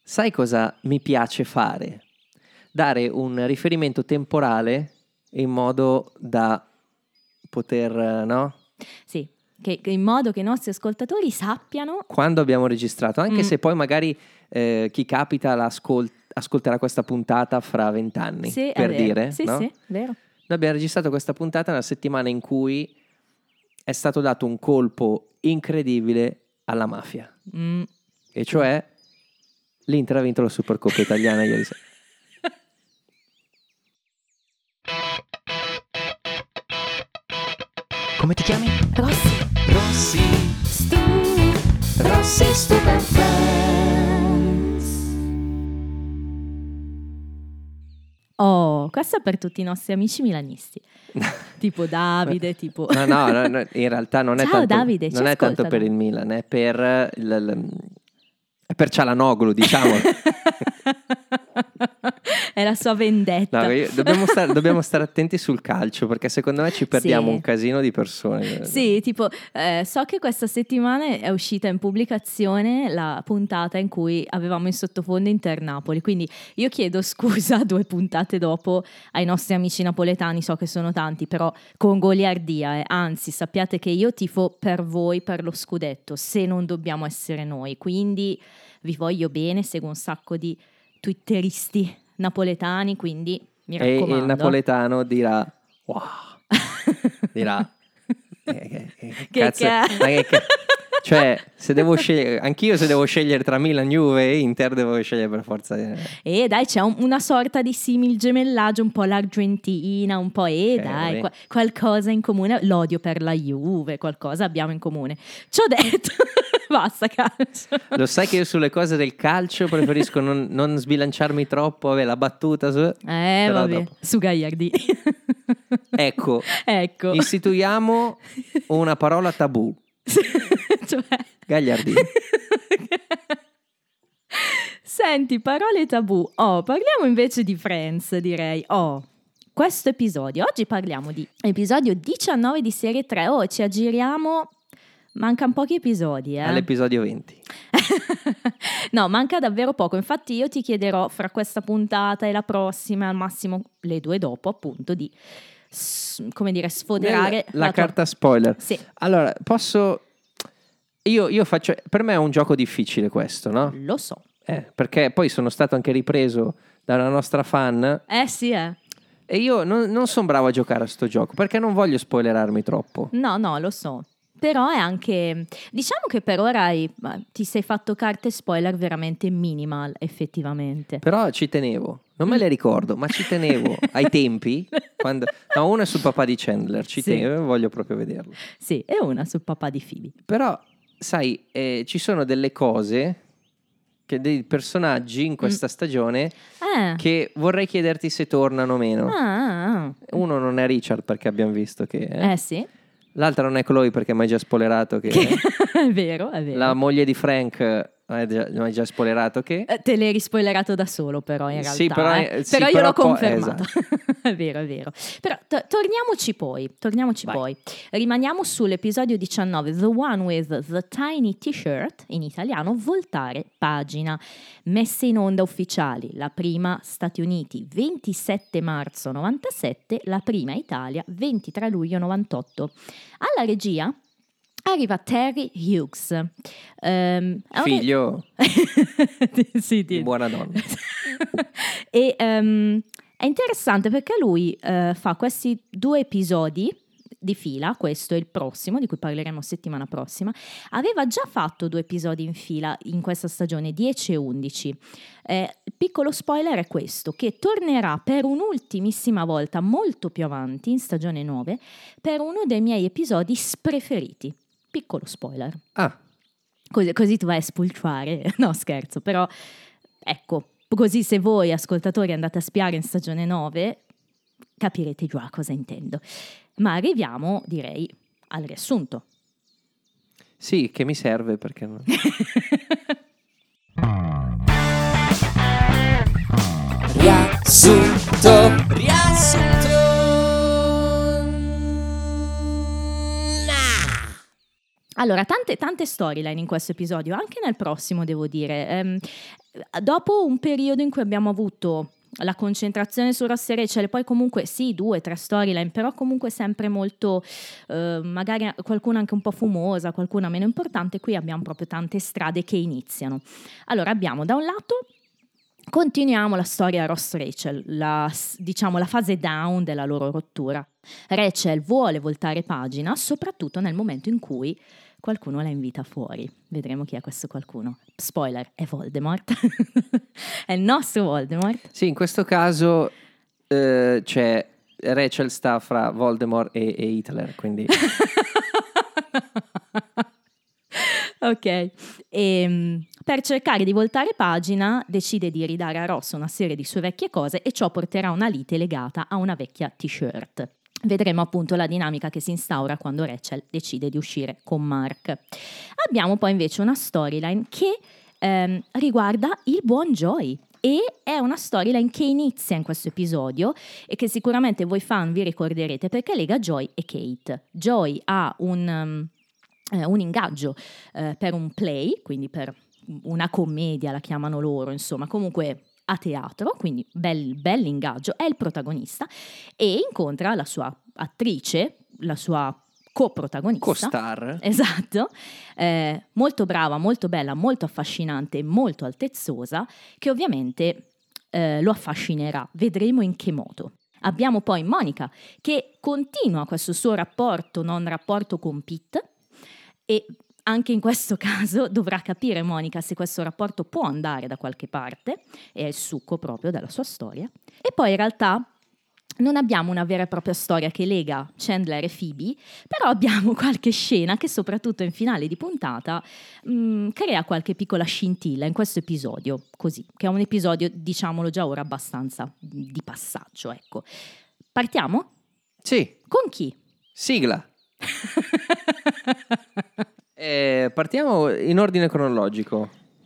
sai cosa mi piace fare? Dare un riferimento temporale in modo da poter, no? Sì, che in modo che i nostri ascoltatori sappiano Quando abbiamo registrato, anche se poi magari chi capita ascolterà questa puntata fra 20 anni, sì, per è vero. dire, Sì, no? sì, vero. Noi abbiamo registrato questa puntata nella settimana in cui è stato dato un colpo incredibile alla mafia, e cioè l'Inter ha vinto la Supercoppa italiana ieri sera. Come ti chiami? Rossi. Rossi Stupid Friends. Oh, questo è per tutti i nostri amici milanisti. Tipo Davide, tipo... No, in realtà non è Ciao, tanto, Davide, ci non è tanto ascoltano. per il Milan, è per è per Cialanoglu, diciamo. È la sua vendetta. No, dobbiamo stare attenti sul calcio, perché secondo me ci perdiamo Sì. un casino di persone. Sì, tipo, so che questa settimana è uscita in pubblicazione la puntata in cui avevamo in sottofondo Inter-Napoli, quindi io chiedo scusa 2 puntate dopo ai nostri amici napoletani, so che sono tanti, però con goliardia, anzi sappiate che io tifo per voi per lo scudetto, se non dobbiamo essere noi, quindi vi voglio bene, seguo un sacco di twitteristi napoletani, quindi mi raccomando. E il napoletano dirà wow, dirà cazzo, ma cioè se devo scegliere, anch'io se devo scegliere tra Milan, Juve e Inter devo scegliere per forza. E dai, c'è una sorta di simil gemellaggio, un po' l'Argentina, un po' dai, qualcosa in comune, l'odio per la Juve, qualcosa abbiamo in comune. Ci ho detto, basta calcio. Lo sai che io sulle cose del calcio preferisco non sbilanciarmi troppo, la battuta Vabbè, dopo. su Gagliardi. Ecco, Ecco. istituiamo una parola tabù. Cioè... Gagliardi. Senti, parole tabù. Parliamo invece di Friends, direi. Questo episodio, oggi parliamo di episodio 19 di serie 3. Ci aggiriamo, mancano pochi episodi. All'episodio 20. No, manca davvero poco. Infatti io ti chiederò fra questa puntata e la prossima, al massimo le 2 dopo, appunto, di sfoderare la carta spoiler. Sì. Allora, io faccio, per me è un gioco difficile questo, no? Lo so. Perché poi sono stato anche ripreso da una nostra fan. Sì. E io non sono bravo a giocare a sto gioco, perché non voglio spoilerarmi troppo. No, lo so. Però è anche, diciamo che per ora ti sei fatto carte spoiler veramente minimal, effettivamente. Però ci tenevo, non me le ricordo, ma ci tenevo ai tempi. Uno è sul papà di Chandler, tenevo, voglio proprio vederlo. Sì, e una sul papà di Phoebe. Però, sai, ci sono delle cose, dei personaggi in questa stagione che vorrei chiederti se tornano o meno. Uno non è Richard, perché abbiamo visto che... sì. L'altra non è Chloe, perché mi hai già spoilerato che... È vero. La moglie di Frank... mi hai già spoilerato che... Te l'hai rispoilerato da solo, però in realtà. Sì, però io l'ho confermato. Esatto. È vero. Però torniamoci poi. Rimaniamo sull'episodio 19, The One with the Tiny T-shirt, in italiano, voltare pagina. Messe in onda ufficiali, la prima Stati Uniti 27 marzo 97, la prima Italia 23 luglio 98. Alla regia arriva Terry Hughes, figlio sì, di buona donna. E è interessante perché lui fa questi 2 episodi di fila, questo è il prossimo di cui parleremo settimana prossima. Aveva già fatto 2 episodi in fila in questa stagione, 10 e 11. Piccolo spoiler è questo, che tornerà per un'ultimissima volta molto più avanti in stagione 9 per uno dei miei episodi preferiti. Piccolo spoiler. Così tu vai a spulciare. No, scherzo, però ecco, così se voi ascoltatori andate a spiare in stagione 9 capirete già cosa intendo. Ma arriviamo, direi, al riassunto. Sì, che mi serve, perché no? Allora, tante storyline in questo episodio, anche nel prossimo devo dire. Dopo un periodo in cui abbiamo avuto la concentrazione su Ross e Rachel e poi comunque sì, 2-3 storyline, però comunque sempre molto, magari qualcuna anche un po' fumosa, qualcuna meno importante, qui abbiamo proprio tante strade che iniziano. Allora abbiamo da un lato, continuiamo la storia Ross-Rachel, diciamo la fase down della loro rottura. Rachel vuole voltare pagina, soprattutto nel momento in cui qualcuno la invita fuori. Vedremo chi è questo qualcuno. Spoiler, è Voldemort. È il nostro Voldemort. Sì, in questo caso c'è Rachel sta fra Voldemort e Hitler, quindi... Ok, per cercare di voltare pagina decide di ridare a Ross una serie di sue vecchie cose e ciò porterà a una lite legata a una vecchia t-shirt. Vedremo appunto la dinamica che si instaura quando Rachel decide di uscire con Mark. Abbiamo poi invece una storyline che riguarda il buon Joey. E è una storyline che inizia in questo episodio e che sicuramente voi fan vi ricorderete perché lega Joey e Kate. Joey ha un ingaggio per un play, quindi per una commedia la chiamano loro, insomma, comunque a teatro, quindi bell'ingaggio, è il protagonista e incontra la sua attrice, la sua coprotagonista. Co-star. Esatto, molto brava, molto bella, molto affascinante, molto altezzosa, che ovviamente lo affascinerà, vedremo in che modo. Abbiamo poi Monica che continua questo suo non rapporto con Pete, e anche in questo caso dovrà capire Monica se questo rapporto può andare da qualche parte, è il succo proprio della sua storia. E poi in realtà non abbiamo una vera e propria storia che lega Chandler e Phoebe, però abbiamo qualche scena che soprattutto in finale di puntata crea qualche piccola scintilla in questo episodio, così, che è un episodio, diciamolo già ora, abbastanza di passaggio, ecco. Partiamo? Sì. Con chi? Sigla. Partiamo in ordine cronologico.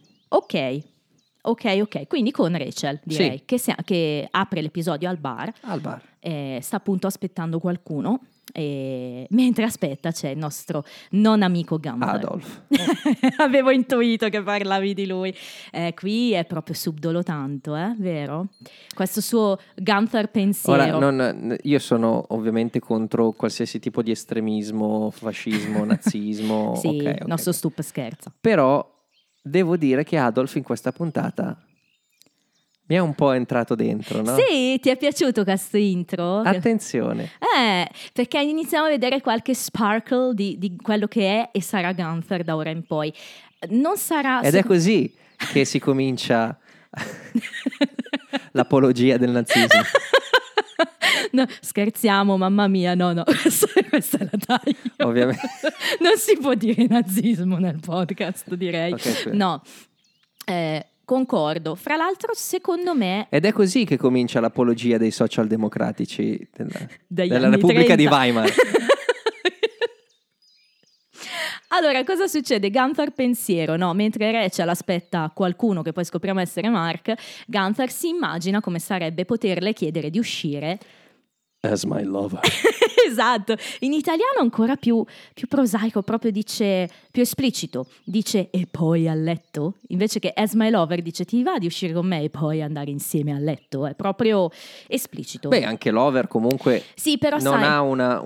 Ok, quindi con Rachel, direi, sì. che apre l'episodio al bar. Sta appunto aspettando qualcuno, mentre aspetta c'è il nostro non amico Gunther. Adolf. Avevo intuito che parlavi di lui. Qui è proprio subdolo tanto, vero? Questo suo Gunther pensiero. Ora, io sono ovviamente contro qualsiasi tipo di estremismo, fascismo, nazismo. Sì, okay. il nostro stup scherza. Però devo dire che Adolf in questa puntata mi è un po' entrato dentro, no? Sì, ti è piaciuto questo intro? Attenzione. Perché iniziamo a vedere qualche sparkle di quello che è e sarà Gunther da ora in poi. Non sarà... Ed è così che si comincia l'apologia del nazismo. No, scherziamo, mamma mia, no, questa è la taglia. Ovviamente. Non si può dire nazismo nel podcast, direi. Okay, no, concordo. Fra l'altro, secondo me... Ed è così che comincia l'apologia dei socialdemocratici della anni Repubblica 30. di Weimar. Allora, cosa succede? Gunther pensiero, no? Mentre Rachel aspetta qualcuno che poi scopriamo essere Mark, Gunther si immagina come sarebbe poterle chiedere di uscire as my lover. Esatto, in italiano ancora più prosaico, proprio dice, più esplicito, dice e poi a letto, invece che as my lover dice ti va di uscire con me e poi andare insieme a letto, è proprio esplicito. Beh, anche lover comunque sì, però non sai, ha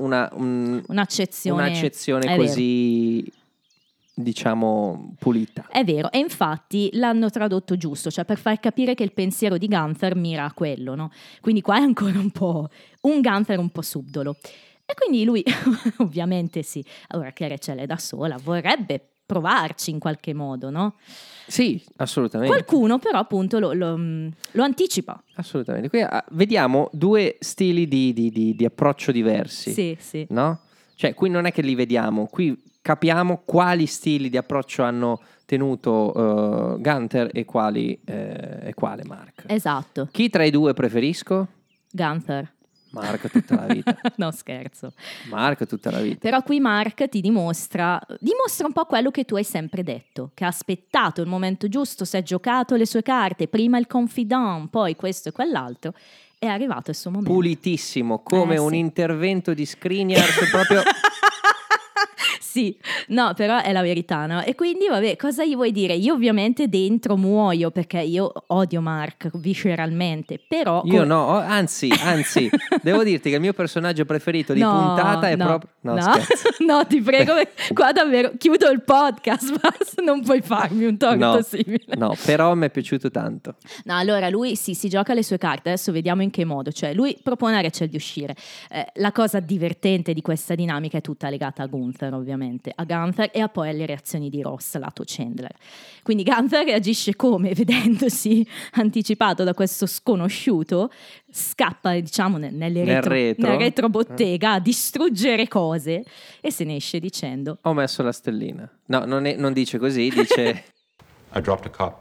un'accezione così, diciamo, pulita. È vero, e infatti l'hanno tradotto giusto, cioè per far capire che il pensiero di Gunther mira a quello, no? Quindi qua è ancora un po' un Gunther un po' subdolo. E quindi lui, ovviamente sì, ora che Rachel è da sola, vorrebbe provarci in qualche modo, no? Sì, assolutamente. Qualcuno però appunto lo anticipa. Assolutamente. Qui vediamo due stili di approccio diversi. Sì. No? Cioè, qui non è che li vediamo, qui capiamo quali stili di approccio hanno tenuto Gunther e quale Mark. Esatto. Chi tra i due preferisco? Gunther. Mark tutta la vita. No, scherzo. Mark tutta la vita. Però qui Mark ti dimostra un po' quello che tu hai sempre detto, che ha aspettato il momento giusto, si è giocato le sue carte, prima il confidant, poi questo e quell'altro, è arrivato il suo momento. Pulitissimo, come un sì. intervento di Skriniar proprio... Sì, no, però è la verità, no? E quindi, vabbè, cosa gli vuoi dire? Io ovviamente dentro muoio perché io odio Mark visceralmente, però... Io no, anzi, devo dirti che il mio personaggio preferito di puntata è proprio... No, scherzo. No, ti prego, qua davvero chiudo il podcast, basta, non puoi farmi un torto simile. No, però mi è piaciuto tanto. No, allora lui si gioca le sue carte, adesso vediamo in che modo, cioè lui propone a Rachel di uscire. La cosa divertente di questa dinamica è tutta legata a Gunther, ovviamente, a Gunther e poi alle reazioni di Ross lato Chandler. Quindi Gunther reagisce come, vedendosi anticipato da questo sconosciuto, scappa, diciamo, nel retrobottega a distruggere cose e se ne esce dicendo: ho messo la stellina. No, non dice così, dice I dropped a cup.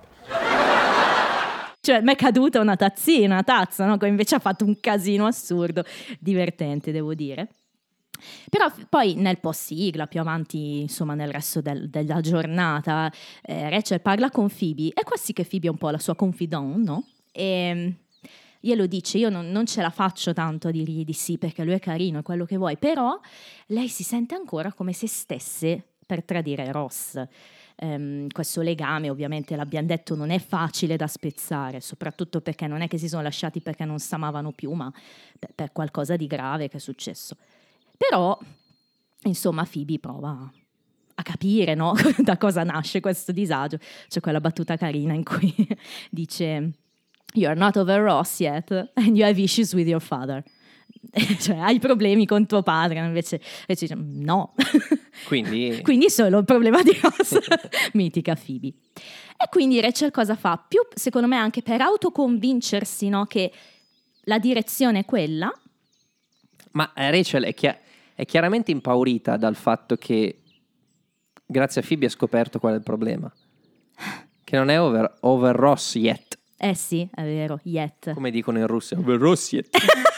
Cioè, mi è caduta una tazza, no? Che invece ha fatto un casino assurdo, divertente, devo dire. Però poi nel post-sigla, più avanti, insomma, nel resto della giornata, Rachel parla con Phoebe, e qua sì che Phoebe è un po' la sua confidante, no? E glielo dice: io non ce la faccio tanto a dirgli di sì, perché lui è carino, è quello che vuoi, però lei si sente ancora come se stesse per tradire Ross. Questo legame, ovviamente l'abbiamo detto, non è facile da spezzare, soprattutto perché non è che si sono lasciati perché non si amavano più, ma per qualcosa di grave che è successo. Però insomma Phoebe prova a capire, no? Da cosa nasce questo disagio. C'è quella battuta carina in cui dice: you're not over Ross yet and you have issues with your father. Cioè, hai problemi con tuo padre, invece dice no. Quindi solo il problema di Ross. Mitica Phoebe. E quindi Rachel cosa fa? Più, secondo me, anche per autoconvincersi, no, che la direzione è quella. Ma Rachel è chiaramente impaurita dal fatto che grazie a Phoebe ha scoperto qual è il problema, che non è over Ross yet. Sì, è vero, yet. Come dicono in Russia, over Ross yet.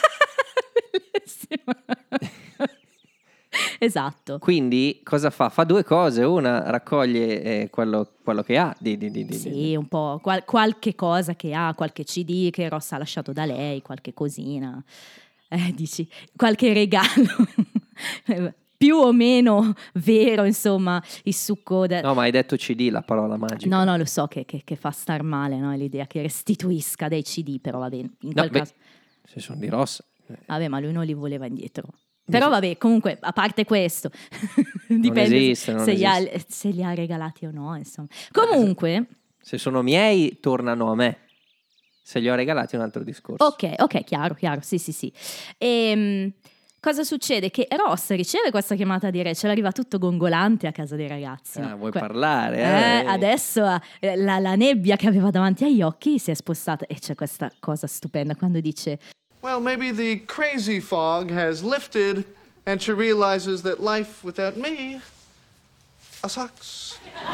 Esatto. Quindi cosa fa? Fa due cose. Una, raccoglie quello che ha sì, un po' qualche cosa che ha, qualche CD che Ross ha lasciato da lei, qualche cosina, dici, qualche regalo più o meno vero, insomma, il succo No, ma hai detto CD, la parola magica. No, lo so che fa star male, no? L'idea che restituisca dei CD, però va bene, in quel caso se sono di Ross. Vabbè, ma lui non li voleva indietro. Però vabbè, comunque, a parte questo, dipende se li ha regalati o no, insomma. Comunque... Se sono miei, tornano a me. Se li ho regalati è un altro discorso. Ok, chiaro, sì. Cosa succede? Che Ross riceve questa chiamata di Rachel, arriva tutto gongolante a casa dei ragazzi. Vuoi parlare? Adesso la nebbia che aveva davanti agli occhi si è spostata e c'è questa cosa stupenda quando dice: well, maybe the crazy fog has lifted and she realizes that life without me sucks.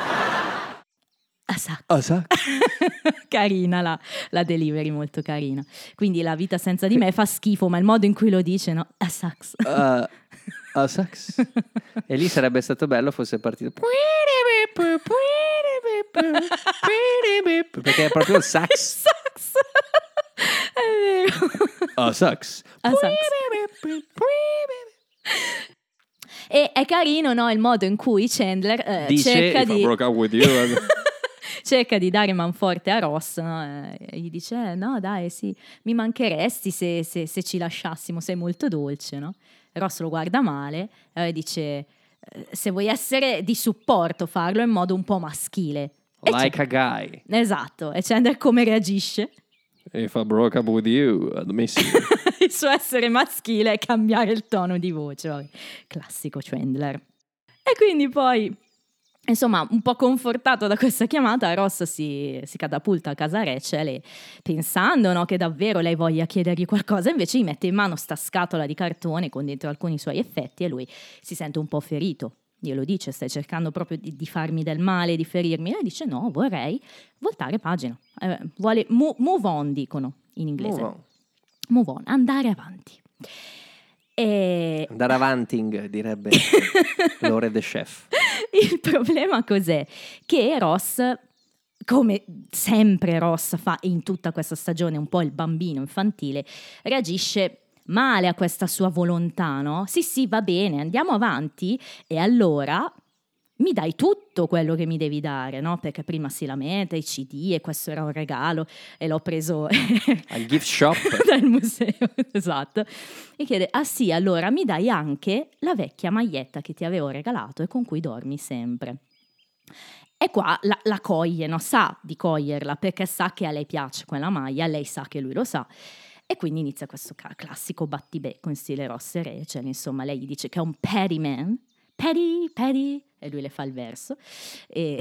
Carina la delivery, molto carina. Quindi la vita senza di me fa schifo, ma il modo in cui lo dice, no? Sucks. Sucks. E lì sarebbe stato bello fosse partito perché è proprio il sax. È vero. Sucks. E è carino, no, il modo in cui Chandler dice, cerca di broke up with you. cerca di dare manforte a Ross, no? E gli dice: no dai, sì, mi mancheresti se ci lasciassimo, sei molto dolce, no? Ross lo guarda male e dice: se vuoi essere di supporto, farlo in modo un po' maschile. Like a guy. Esatto. E Chandler come reagisce? If I broke up with you, I'd miss you. Il suo essere maschile è cambiare il tono di voce. Vabbè. Classico Chandler. E quindi poi, insomma, un po' confortato da questa chiamata, Ross si catapulta a casa Rachel e, pensando, no, che davvero lei voglia chiedergli qualcosa, invece gli mette in mano sta scatola di cartone con dentro alcuni suoi effetti e lui si sente un po' ferito. Glielo dice: stai cercando proprio di farmi del male, di ferirmi? E lei dice: no, vorrei voltare pagina. Vuole move on, dicono in inglese. Move on, andare avanti. Andare avanti, direbbe Lore the Chef. Il problema cos'è? Che Ross, come sempre Ross fa in tutta questa stagione, un po' il bambino infantile, reagisce male a questa sua volontà, no? Sì, va bene, andiamo avanti e allora mi dai tutto quello che mi devi dare, no? Perché prima si lamenta, i CD e questo era un regalo e l'ho preso al gift shop dal museo, esatto. E chiede, ah sì, allora mi dai anche la vecchia maglietta che ti avevo regalato e con cui dormi sempre. E qua la coglie, no? Sa di coglierla perché sa che a lei piace quella maglia, lei sa che lui lo sa. E quindi inizia questo classico battibecco in stile Ross e Rachel, insomma lei gli dice che è un petty man, petty, e lui le fa il verso e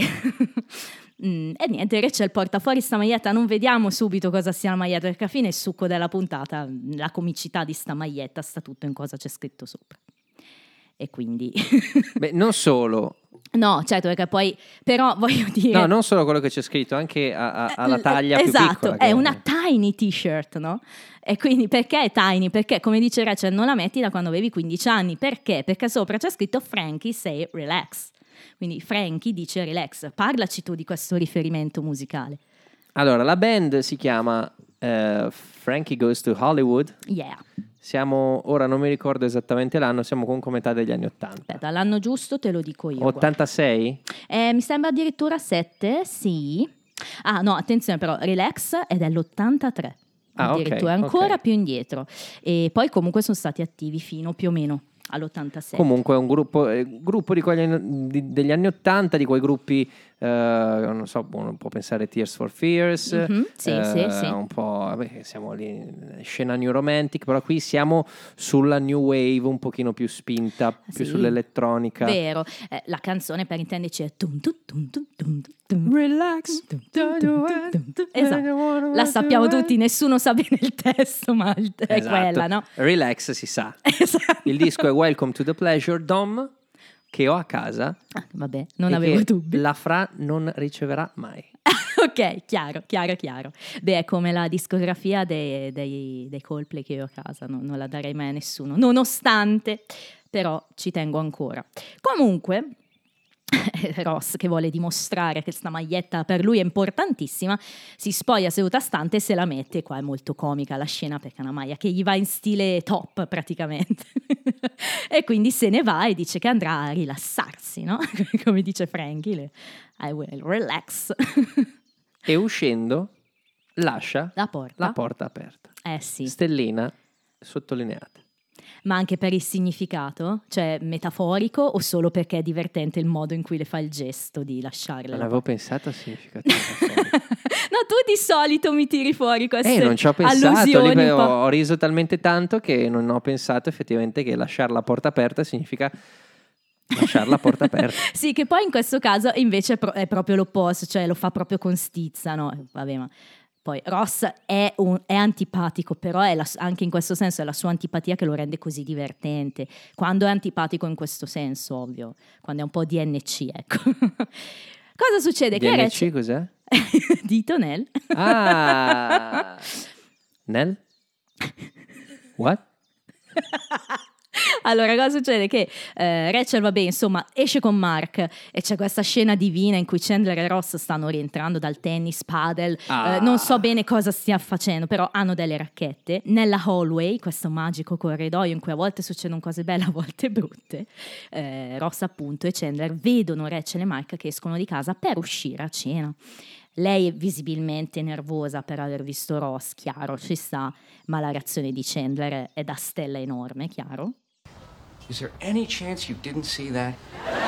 niente, Rachel porta fuori sta maglietta, non vediamo subito cosa sia la maglietta perché alla fine il succo della puntata, la comicità di sta maglietta sta tutto in cosa c'è scritto sopra e quindi beh, non solo. No, certo, perché poi, però voglio dire... No, non solo quello che c'è scritto, anche alla taglia più esatto, piccola. È una tiny t-shirt, no? E quindi perché è tiny? Perché, come dice Rachel, non la metti da quando avevi 15 anni. Perché? Perché sopra c'è scritto Frankie say relax. Quindi Frankie dice relax. Parlaci tu di questo riferimento musicale. Allora, la band si chiama Frankie Goes to Hollywood. Yeah. Siamo, ora non mi ricordo esattamente l'anno, siamo comunque a metà degli anni 80. Aspetta, l'anno giusto te lo dico io. 86? Mi sembra addirittura 7, sì. Ah no, attenzione però, Relax è dell'83. Addirittura ok, ancora ok. più indietro. E poi comunque sono stati attivi fino più o meno all'86. Comunque è un gruppo di degli anni 80, di quei gruppi, non so, uno può pensare Tears for Fears, Sì. un po', vabbè, siamo lì, scena new romantic, però qui siamo sulla new wave un pochino più spinta, più Sì, sull'elettronica. Vero, la canzone per intenderci è tum, tum, tum, tum, tum, tum. Relax, don't do it. Esatto, la sappiamo tutti, nessuno sa bene il testo, ma è Esatto. quella, no? Relax si sa. Esatto. Il disco è Welcome to the Pleasure Dome, che ho a casa. Vabbè, non e avevo che dubbi. la Fra non riceverà mai. Ok, chiaro. Beh, è come la discografia dei Coldplay che io ho a casa, non la darei mai a nessuno, nonostante, però ci tengo ancora. Comunque, Ross, che vuole dimostrare che sta maglietta per lui è importantissima, si spoglia seduta stante e se la mette. Qua è molto comica la scena perché è una maglia che gli va in stile top praticamente e quindi se ne va e dice che andrà a rilassarsi, no? Come dice Frankie, I will relax. E uscendo lascia La porta aperta. Sì. Stellina sottolineata. Ma anche per il significato? Cioè metaforico o solo perché è divertente il modo in cui le fa il gesto di lasciarla? Non avevo pensato al significato. No, tu di solito mi tiri fuori queste non ci ho pensato, allusioni lì un po'. ho riso talmente tanto che non ho pensato effettivamente che lasciare la porta aperta significa lasciare la porta aperta. Sì, che poi in questo caso invece è proprio l'opposto, cioè lo fa proprio con stizza, no? Vabbè, ma poi Ross è antipatico, però anche in questo senso è la sua antipatia che lo rende così divertente. Quando è antipatico in questo senso, ovvio, quando è un po' DNC, ecco. Cosa succede? DNC cos'è? Dito nel. Ah! Nel? What? Allora, cosa succede? Che Rachel, vabbè, insomma, esce con Mark e c'è questa scena divina in cui Chandler e Ross stanno rientrando dal tennis, padel, non so bene cosa stia facendo, però hanno delle racchette. Nella hallway, questo magico corridoio in cui a volte succedono cose belle, a volte brutte, Ross appunto e Chandler vedono Rachel e Mark che escono di casa per uscire a cena. Lei è visibilmente nervosa per aver visto Ross, chiaro, ci sta, ma la reazione di Chandler è da stella enorme, chiaro. Is there any chance you didn't see that?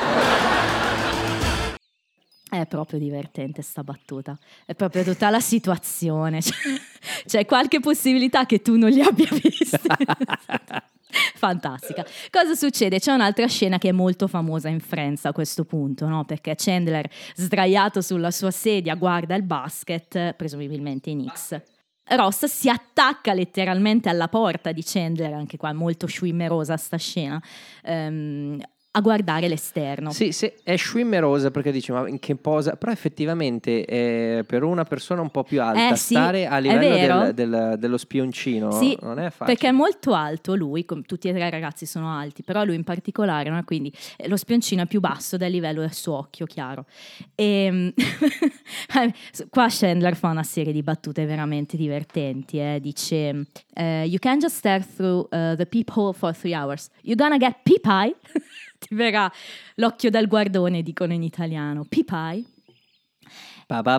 È proprio divertente sta battuta, è proprio tutta la situazione, c'è qualche possibilità che tu non li abbia visti. Fantastica. Cosa succede? C'è un'altra scena che è molto famosa in Friends a questo punto, no? Perché Chandler, sdraiato sulla sua sedia, guarda il basket, presumibilmente in X. Ross si attacca letteralmente alla porta di Chandler, anche qua molto sciuimerosa sta scena, a guardare l'esterno. Sì, è schwimmerosa perché dice ma in che posa, però effettivamente per una persona un po' più alta sì, stare a livello dello spioncino sì, non è facile. Perché è molto alto lui, tutti e tre i ragazzi sono alti, però lui in particolare, no? Quindi lo spioncino è più basso dal livello del suo occhio, chiaro. E qua Chandler fa una serie di battute veramente divertenti, dice you can just stare through the peephole for 3 hours, you're gonna get pee-pie. Ti verrà l'occhio dal guardone, dicono in italiano. Pee-pie. Anche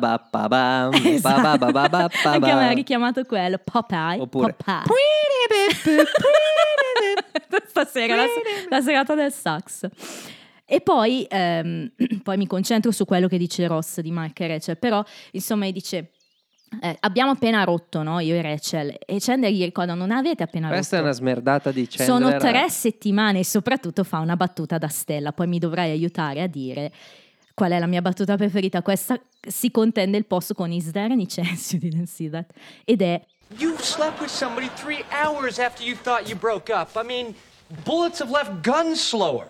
a me ha richiamato quello. Popeye. Oppure Popeye. Stasera la serata del sax. E poi mi concentro su quello che dice Ross di Mark e Rachel. Però insomma dice abbiamo appena rotto, no? Io e Rachel, e Chandler gli ricorda non avete appena questa rotto. È una smerdata di Chandler. Sono 3 settimane, e soprattutto fa una battuta da stella. Poi mi dovrai aiutare a dire qual è la mia battuta preferita. Questa si contende il posto con Is there any chance you didn't see that? Ed è You slept with somebody 3 hours after you thought you broke up. I mean, bullets have left guns slower.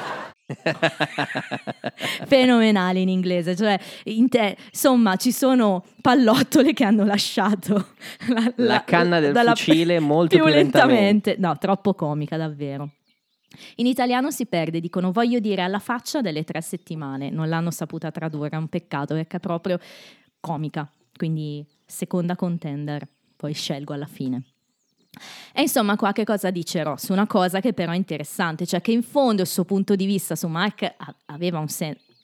fenomenale in inglese, cioè insomma ci sono pallottole che hanno lasciato la canna del fucile molto più lentamente. No, troppo comica davvero. In italiano si perde, dicono voglio dire alla faccia delle 3 settimane, non l'hanno saputa tradurre, è un peccato perché è proprio comica, quindi seconda contender, poi scelgo alla fine. E insomma qua che cosa dice Ross? Una cosa che però è interessante, cioè che in fondo il suo punto di vista su Mark aveva un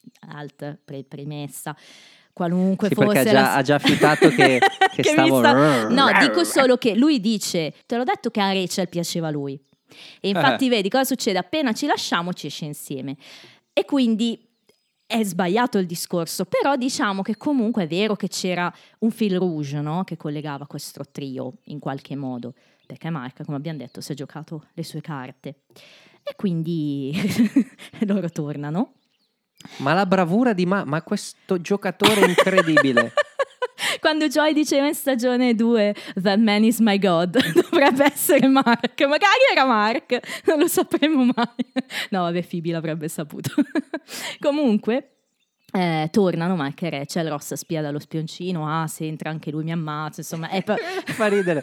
premessa, qualunque sì, fosse perché ha già fiutato che stavo no, dico solo che lui dice te l'ho detto che a Rachel piaceva lui e infatti vedi cosa succede appena ci lasciamo ci esce insieme e quindi è sbagliato il discorso, però diciamo che comunque è vero che c'era un fil rouge, no? Che collegava questo trio in qualche modo, perché Mark, come abbiamo detto, si è giocato le sue carte e quindi loro tornano. Ma la bravura di ma questo giocatore incredibile. Quando Joy diceva in stagione 2 That man is my god, dovrebbe essere Mark, magari era Mark, non lo sapremo mai. No vabbè, Phoebe l'avrebbe saputo. Comunque tornano Mark e Rachel, Ross spia dallo spioncino, se entra anche lui mi ammazza, insomma fa ridere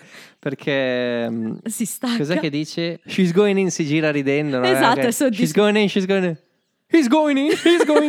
perché si stacca. Cos'è che dice? She's going in, si gira ridendo, no? Esatto, okay. She's going in he's going in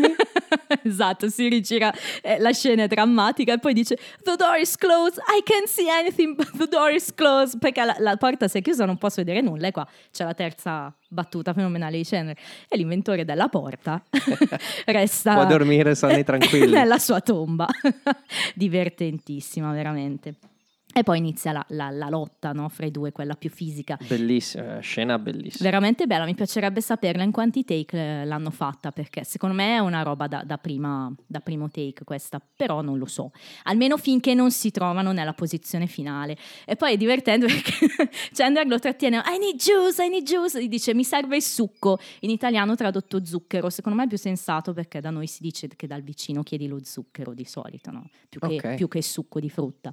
esatto, si rigira, la scena è drammatica e poi dice the door is closed, I can't see anything but the door is closed, perché la porta si è chiusa, non posso vedere nulla, e qua c'è la terza battuta fenomenale di Chandler, e l'inventore della porta resta può dormire sonni tranquilli nella sua tomba. Divertentissima veramente. E poi inizia la lotta, no, fra i due, quella più fisica. Bellissima, scena bellissima. Veramente bella, mi piacerebbe saperla in quanti take l'hanno fatta, perché secondo me è una roba da primo take questa, però non lo so. Almeno finché non si trovano nella posizione finale. E poi è divertente perché Chandler lo trattiene, I need juice, gli dice mi serve il succo, in italiano tradotto zucchero, secondo me è più sensato perché da noi si dice che dal vicino chiedi lo zucchero di solito, no? Più che succo di frutta.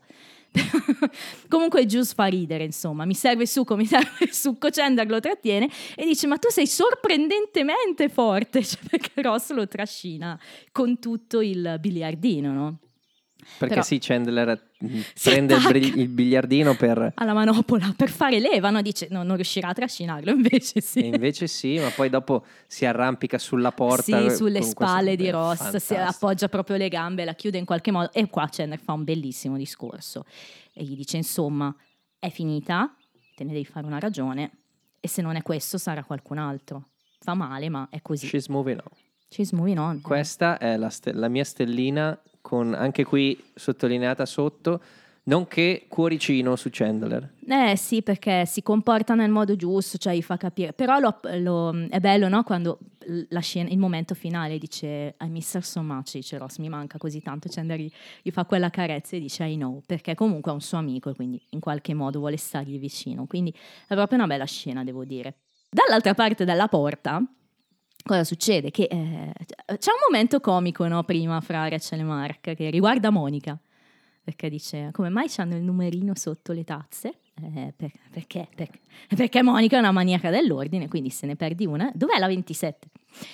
Comunque il juice fa ridere, insomma, mi serve il succo, Chandler lo trattiene e dice ma tu sei sorprendentemente forte, cioè, perché Ross lo trascina con tutto il biliardino, no? Perché però, sì, Chandler prende il biliardino alla manopola per fare leva, no? Dice non riuscirà a trascinarlo, invece sì. E invece sì, ma poi dopo si arrampica sulla porta. Sì, sulle spalle di Ross, fantastico. si appoggia proprio le gambe, la chiude in qualche modo e qua Chandler fa un bellissimo discorso e gli dice insomma è finita, te ne devi fare una ragione e se non è questo sarà qualcun altro. Fa male ma è così. She's moving on. Questa è la mia stellina, con anche qui sottolineata sotto, nonché cuoricino su Chandler. Sì, perché si comporta nel modo giusto, cioè gli fa capire. Però è bello, no? Quando la scena, il momento finale dice I miss her so much, dice Ross, mi manca così tanto. Chandler gli fa quella carezza e dice I know, perché comunque è un suo amico e quindi in qualche modo vuole stargli vicino. Quindi è proprio una bella scena, devo dire. Dall'altra parte della porta cosa succede? Che c'è un momento comico, no? Prima fra Rachel e Mark che riguarda Monica, perché dice come mai c'hanno il numerino sotto le tazze Perché Monica è una maniaca dell'ordine, quindi se ne perdi una. Dov'è la 27?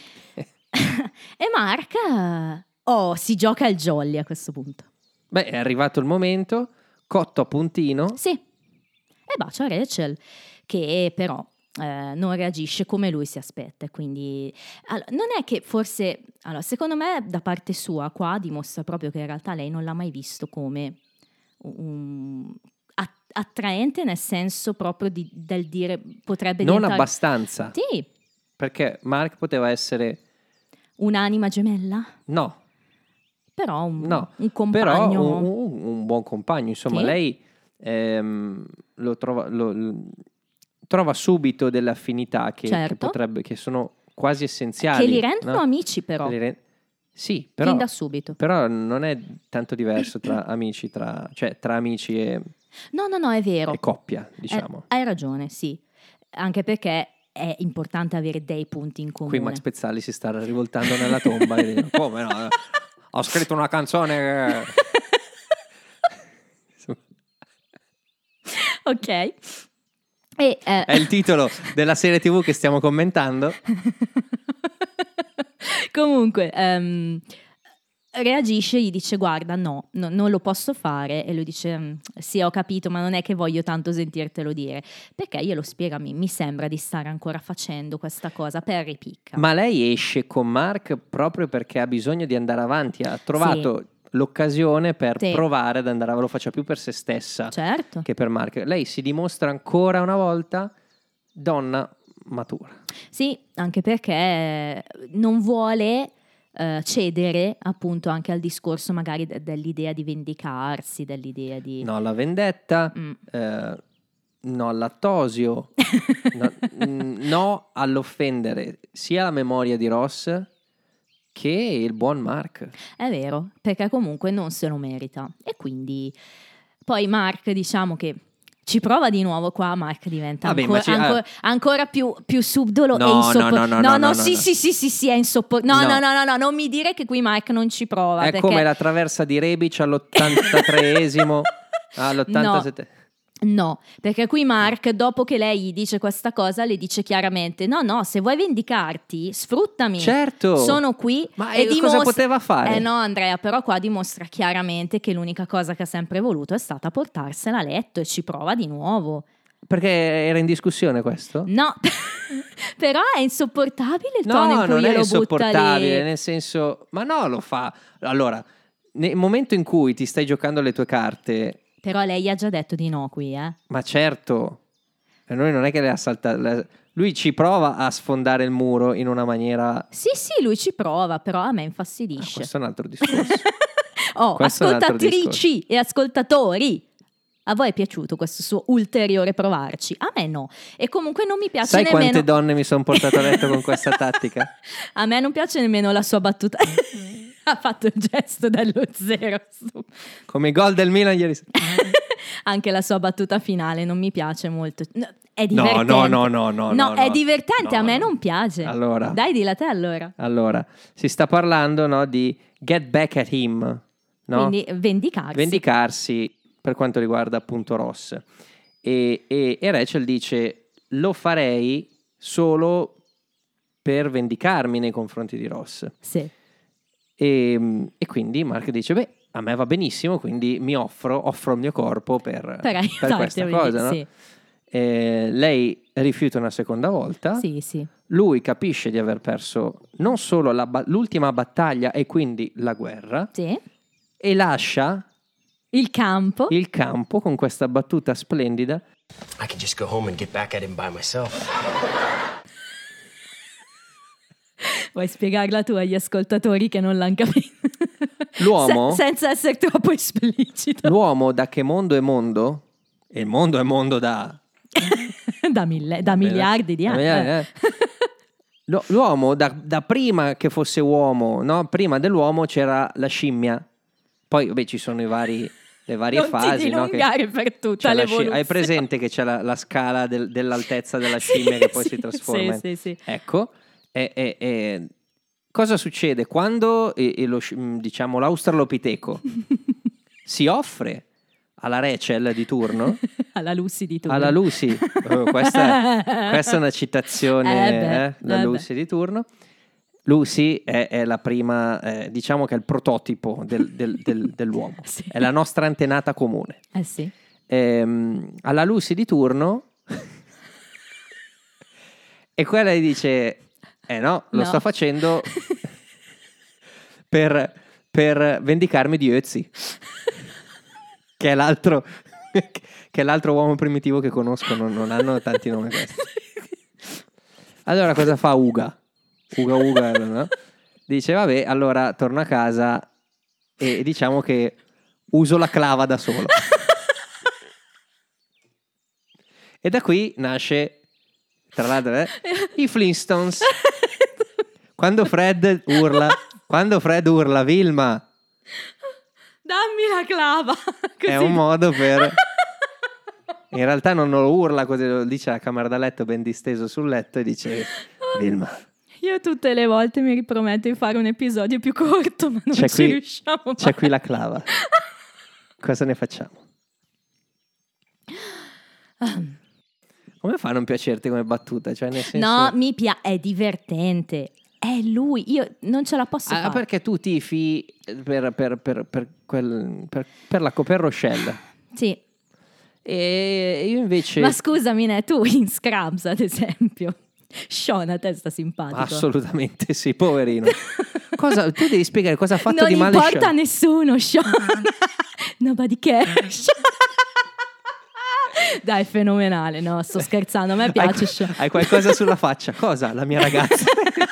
E Mark si gioca il jolly a questo punto. Beh, è arrivato il momento, cotto a puntino. Sì, e bacia Rachel, che però non reagisce come lui si aspetta. Quindi non è che forse, secondo me da parte sua qua dimostra proprio che in realtà lei non l'ha mai visto come attraente, nel senso proprio del dire potrebbe non diventare... abbastanza. Sì. Perché Mark poteva essere... Un'anima gemella? No. Però un compagno. Però un buon compagno. Insomma, sì. Lei lo trova subito delle affinità certo. che sono quasi essenziali. Che li rendono amici, però. Sì, però... Fin da subito. Però non è tanto diverso tra amici, tra amici e... No, è vero. E coppia, diciamo. Hai ragione, sì. Anche perché è importante avere dei punti in comune. Qui Max Pezzali si sta rivoltando nella tomba e dice, come no? Ho scritto una canzone Ok. È il titolo della serie TV che stiamo commentando. Comunque reagisce, gli dice guarda non lo posso fare, e lui dice sì, ho capito, ma non è che voglio tanto sentirtelo dire, perché glielo spiegami, mi sembra di stare ancora facendo questa cosa per ripicca. Ma lei esce con Mark proprio perché ha bisogno di andare avanti, ha trovato l'occasione per provare ad andare avanti, lo faccia più per se stessa che per Mark. Lei si dimostra ancora una volta donna matura. Sì, anche perché non vuole cedere appunto anche al discorso magari dell'idea di vendicarsi, dell'idea di... No alla vendetta, no al lattosio, no all'offendere sia la memoria di Ross che il buon Mark. È vero, perché comunque non se lo merita. E quindi poi Mark, diciamo che ci prova di nuovo qua, Mark diventa ancora più subdolo e insopportabile. No, sì, è insopportabile. No, non mi dire che qui Mark non ci prova. È perché... come la traversa di Rebic all'83esimo, all'87. No, perché qui Mark, dopo che lei gli dice questa cosa, le dice chiaramente no, se vuoi vendicarti, sfruttami. Certo. Sono qui. Ma cosa poteva fare? No, Andrea, però qua dimostra chiaramente che l'unica cosa che ha sempre voluto è stata portarsela a letto, e ci prova di nuovo. Perché era in discussione questo? No, però è insopportabile il tono in cui non glielo è insopportabile, butta lì. nel senso, ma no, lo fa. Allora, nel momento in cui ti stai giocando le tue carte... Però lei ha già detto di no qui, Ma certo, e noi non è che le ha saltate. Lui ci prova a sfondare il muro in una maniera... Sì, lui ci prova, però a me infastidisce. Questo è un altro discorso. Ascoltatrici e ascoltatori, a voi è piaciuto questo suo ulteriore provarci? A me no. E comunque non mi piace Sai nemmeno... quante donne mi sono portato a letto con questa tattica? A me non piace nemmeno la sua battuta. Ha fatto il gesto dello 0. Come i gol del Milan ieri sera. Anche la sua battuta finale non mi piace molto. È divertente. No, è divertente, a me non piace. Allora. Dai, dilla te allora. Allora, si sta parlando, no, di get back at him, no? Quindi vendicarsi per quanto riguarda appunto Ross. E Rachel dice, lo farei solo per vendicarmi nei confronti di Ross. Sì. E quindi Mark dice, beh, a me va benissimo, quindi mi offro il mio corpo per questa cosa, no? Sì. Lei rifiuta una seconda volta. Sì. Lui capisce di aver perso non solo l'ultima battaglia e quindi la guerra. Sì. E lascia il campo con questa battuta splendida. I can just go home and get back at him by myself. Vuoi spiegarla tu agli ascoltatori che non l'hanno capito? L'uomo senza essere troppo esplicito. L'uomo da che mondo è mondo, e il mondo è mondo da miliardi di anni. L'uomo da prima che fosse uomo, no? Prima dell'uomo c'era la scimmia. Poi vabbè, ci sono le varie non fasi, non ti dilungare per tutta l'evoluzione. Hai presente che c'è la scala dell'altezza della scimmia che poi si trasforma? Sì. Ecco. Cosa succede quando diciamo l'australopiteco si offre alla Rachel di turno, alla Lucy di turno. alla Lucy, questa è una citazione da Lucy di turno. Lucy è la prima, diciamo che è il prototipo dell'uomo, Sì. è la nostra antenata comune. Sì. Alla Lucy di turno e quella gli dice no, lo sto facendo per vendicarmi di Ötzi, che è l'altro uomo primitivo che conosco, non hanno tanti nomi questi. Allora cosa fa Uga, no? Dice vabbè, allora torno a casa e diciamo che uso la clava da solo. E da qui nasce, tra l'altro, i Flintstones. Quando Fred urla Vilma, dammi la clava. Così. è un modo per... In realtà non lo urla così, lo dice alla camera da letto ben disteso sul letto e dice Vilma. Io tutte le volte mi riprometto di fare un episodio più corto, ma non ci riusciamo mai. C'è qui la clava. Cosa ne facciamo? Come fa a non piacerti come battuta? Cioè, nel senso... No, è divertente. È lui, io non ce la posso fare. Perché tu tifi per Rochelle. Sì. E io invece... Ma scusami, tu in Scrubs, ad esempio, Sean a te sta simpatico. Assolutamente sì, poverino. Tu devi spiegare cosa ha fatto di male Non importa Sean. a nessuno, Sean. Nobody cares. Dai, fenomenale. No, sto scherzando, a me piace Sean. Hai qualcosa sulla faccia? Cosa? La mia ragazza.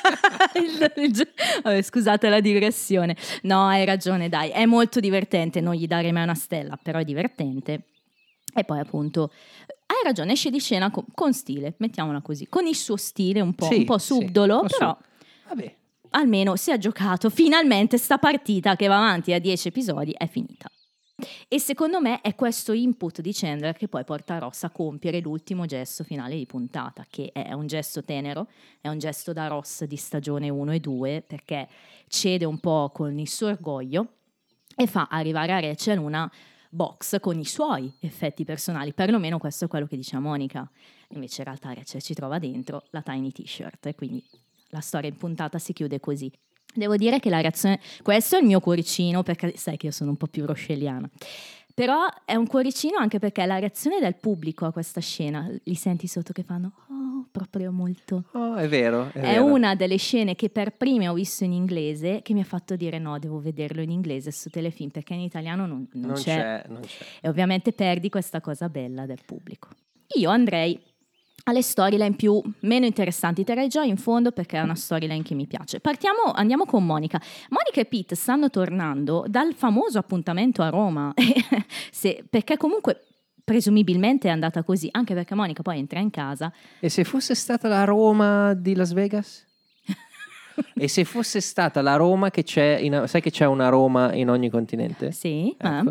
Vabbè, scusate la digressione. No, hai ragione, dai, è molto divertente. Non gli darei mai una stella, però è divertente. E poi appunto hai ragione, esce di scena con stile, mettiamola così, con il suo stile un po' subdolo, però vabbè, almeno si è giocato finalmente sta partita che va avanti a 10 episodi, è finita. E secondo me è questo input di Chandler che poi porta Ross a compiere l'ultimo gesto finale di puntata, che è un gesto tenero, è un gesto da Ross di stagione 1 e 2, perché cede un po' con il suo orgoglio e fa arrivare a Rachel una box con i suoi effetti personali, perlomeno questo è quello che dice a Monica. Invece in realtà Rachel ci trova dentro la tiny t-shirt e quindi la storia in puntata si chiude così. Devo dire che la reazione, questo è il mio cuoricino, perché sai che io sono un po' più rochelliana, però è un cuoricino anche perché la reazione del pubblico a questa scena, li senti sotto che fanno proprio molto. È vero. È una delle scene che per prime ho visto in inglese che mi ha fatto dire no, devo vederlo in inglese su Telefilm, perché in italiano non c'è. E ovviamente perdi questa cosa bella del pubblico. Io andrei alle storyline meno interessanti, terrei già in fondo perché è una storyline che mi piace. Andiamo con Monica. Monica e Pete stanno tornando dal famoso appuntamento a Roma, perché comunque presumibilmente è andata così, anche perché Monica poi entra in casa. E se fosse stata la Roma di Las Vegas? E se fosse stata la Roma che c'è, sai che c'è una Roma in ogni continente? Sì. Ecco.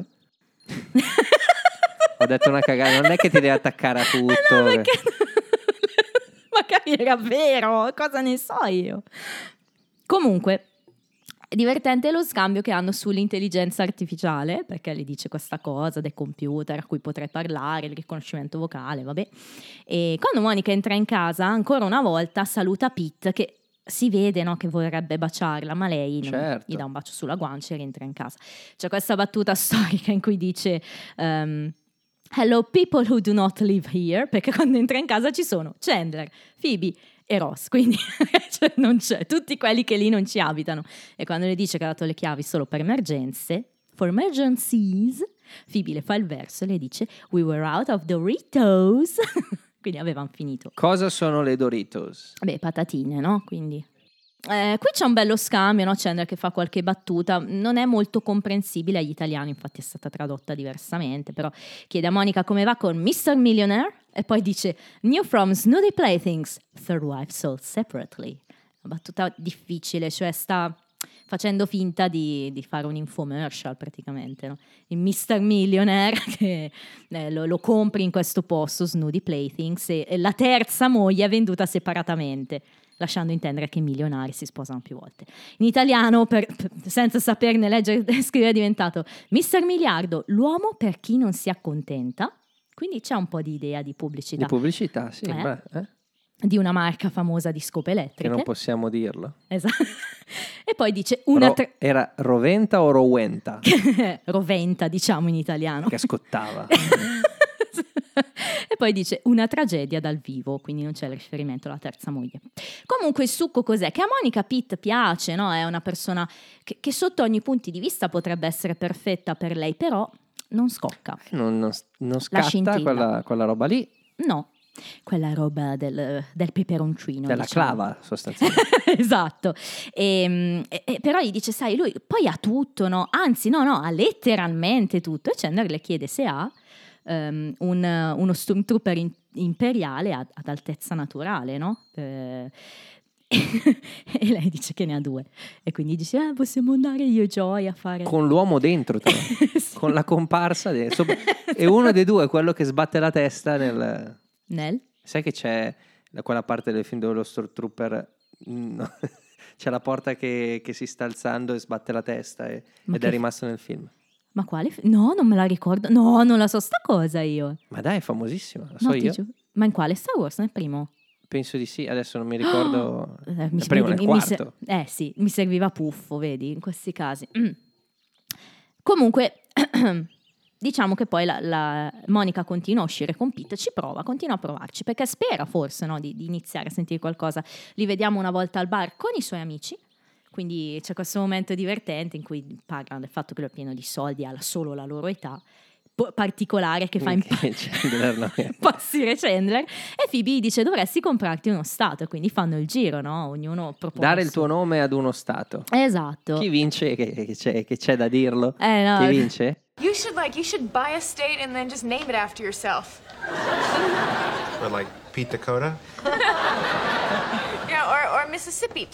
Ho detto una cagata, non è che ti devi attaccare a tutto. No, perché... magari era vero, cosa ne so io. Comunque è divertente lo scambio che hanno sull'intelligenza artificiale, perché le dice questa cosa del computer a cui potrei parlare, il riconoscimento vocale, vabbè. E quando Monica entra in casa, ancora una volta saluta Pete, che si vede, no, che vorrebbe baciarla, ma lei gli dà un bacio sulla guancia e rientra in casa. C'è questa battuta storica in cui dice hello people who do not live here, perché quando entra in casa ci sono Chandler, Phoebe e Ross, quindi cioè non c'è, tutti quelli che lì non ci abitano. E quando le dice che ha dato le chiavi solo per emergenze, for emergencies, Phoebe le fa il verso e le dice we were out of Doritos. Quindi avevano finito. Cosa sono le Doritos? Beh, patatine, no? Quindi qui c'è un bello scambio, no? Chandler che fa qualche battuta, non è molto comprensibile agli italiani, infatti è stata tradotta diversamente, però chiede a Monica come va con Mr. Millionaire e poi dice new from Snooty Playthings, third wife sold separately. Una battuta difficile, cioè sta facendo finta di fare un infomercial praticamente, no? Il Mr. Millionaire che lo compri in questo posto, Snooty Playthings, e la terza moglie è venduta separatamente. lasciando intendere che i milionari si sposano più volte. In italiano, senza saperne leggere e scrivere, è diventato Mister Miliardo, l'uomo per chi non si accontenta. Quindi c'è un po' di idea di pubblicità. Di pubblicità, sì. Di una marca famosa di scope elettriche. Che non possiamo dirlo. Esatto. E poi dice era Roventa o Rowenta? Roventa, diciamo in italiano. Che scottava. E poi dice una tragedia dal vivo, quindi non c'è il riferimento alla terza moglie. Comunque il succo cos'è? Che a Monica Pitt piace, no? È una persona che sotto ogni punto di vista potrebbe essere perfetta per lei, però non scocca. Non scatta quella roba lì. No, quella roba del peperoncino. Della diciamo. clava, sostanzialmente. Esatto. E però gli dice, sai, lui poi ha tutto, no? Anzi, no, ha letteralmente tutto. E Chandler le chiede se ha uno Stormtrooper imperiale ad altezza naturale, no? E lei dice che ne ha 2 e quindi dice possiamo andare io e Joy a fare con l'uomo dentro sì. Con la comparsa dentro. E uno dei due è quello che sbatte la testa nel... Sai che c'è da quella parte del film dove lo Stormtrooper c'è la porta che si sta alzando e sbatte la testa ed è rimasto nel film. Ma quale? No, non me la ricordo. No, non la so sta cosa io. Ma dai, è famosissima, la so io. Ma in quale Star Wars? Nel primo? Penso di sì, adesso non mi ricordo. Nel quarto. Sì, mi serviva puffo, vedi, in questi casi. Comunque, diciamo che poi la Monica continua a uscire con Pete, continua a provarci, perché spera forse, no, di iniziare a sentire qualcosa. Li vediamo una volta al bar con i suoi amici, quindi c'è questo momento divertente in cui parlano del fatto che lui è pieno di soldi, ha solo la loro età, particolare che fa impazzire Chandler, e Phoebe gli dice dovresti comprarti uno stato, e quindi fanno il giro, no? Ognuno propone dare il tuo nome ad uno stato. Esatto. Chi vince? Che c'è da dirlo? No. Chi vince? You should buy a state and then just name it after yourself. Or like Pete Dakota? Yeah, or Mississippi.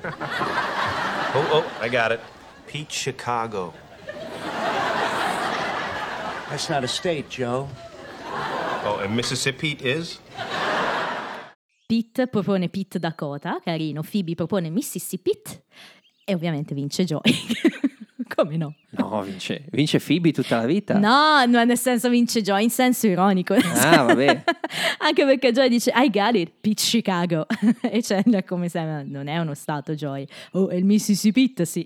Oh, I got it. Pete Chicago. That's not a state, Joe. Oh, and Mississippi is? Pete propone Pete Dakota, carino. Phoebe propone Mississippi e ovviamente vince Joy. Come no? No, vince Phoebe tutta la vita. No, nel senso vince Joy in senso ironico. Vabbè. Anche perché Joy dice I got it, Pete Chicago. E Chandler come se non è uno stato, Joy. Oh, è il Mississippi, sì.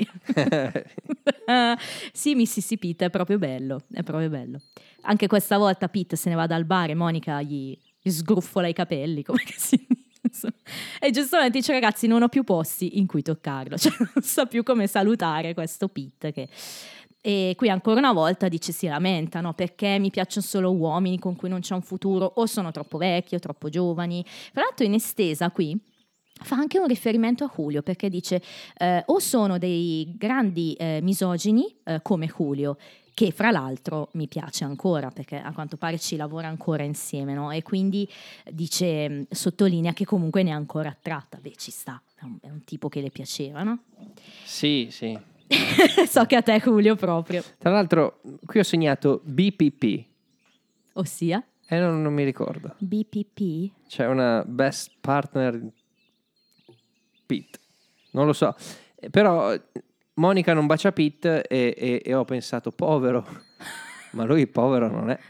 Sì, Mississippi è proprio bello, è proprio bello. Anche questa volta Pete se ne va dal bar e Monica gli sgruffola i capelli, come che si dice. E giustamente dice ragazzi non ho più posti in cui toccarlo, cioè non so più come salutare questo Pete e qui ancora una volta dice si lamenta, no? Perché mi piacciono solo uomini con cui non c'è un futuro, o sono troppo vecchi o troppo giovani. Tra l'altro in estesa qui fa anche un riferimento a Julio, perché dice o sono dei grandi misogini come Julio, che fra l'altro mi piace ancora perché a quanto pare ci lavora ancora insieme, no? E quindi dice, sottolinea che comunque ne è ancora attratta. Beh, ci sta, è un tipo che le piaceva, no? Sì. So che a te Julio proprio. Tra l'altro qui ho segnato BPP. Ossia? Non mi ricordo. BPP? C'è una Best Partner Pete. Non lo so. Però Monica non bacia Pete e ho pensato povero, ma lui povero non è.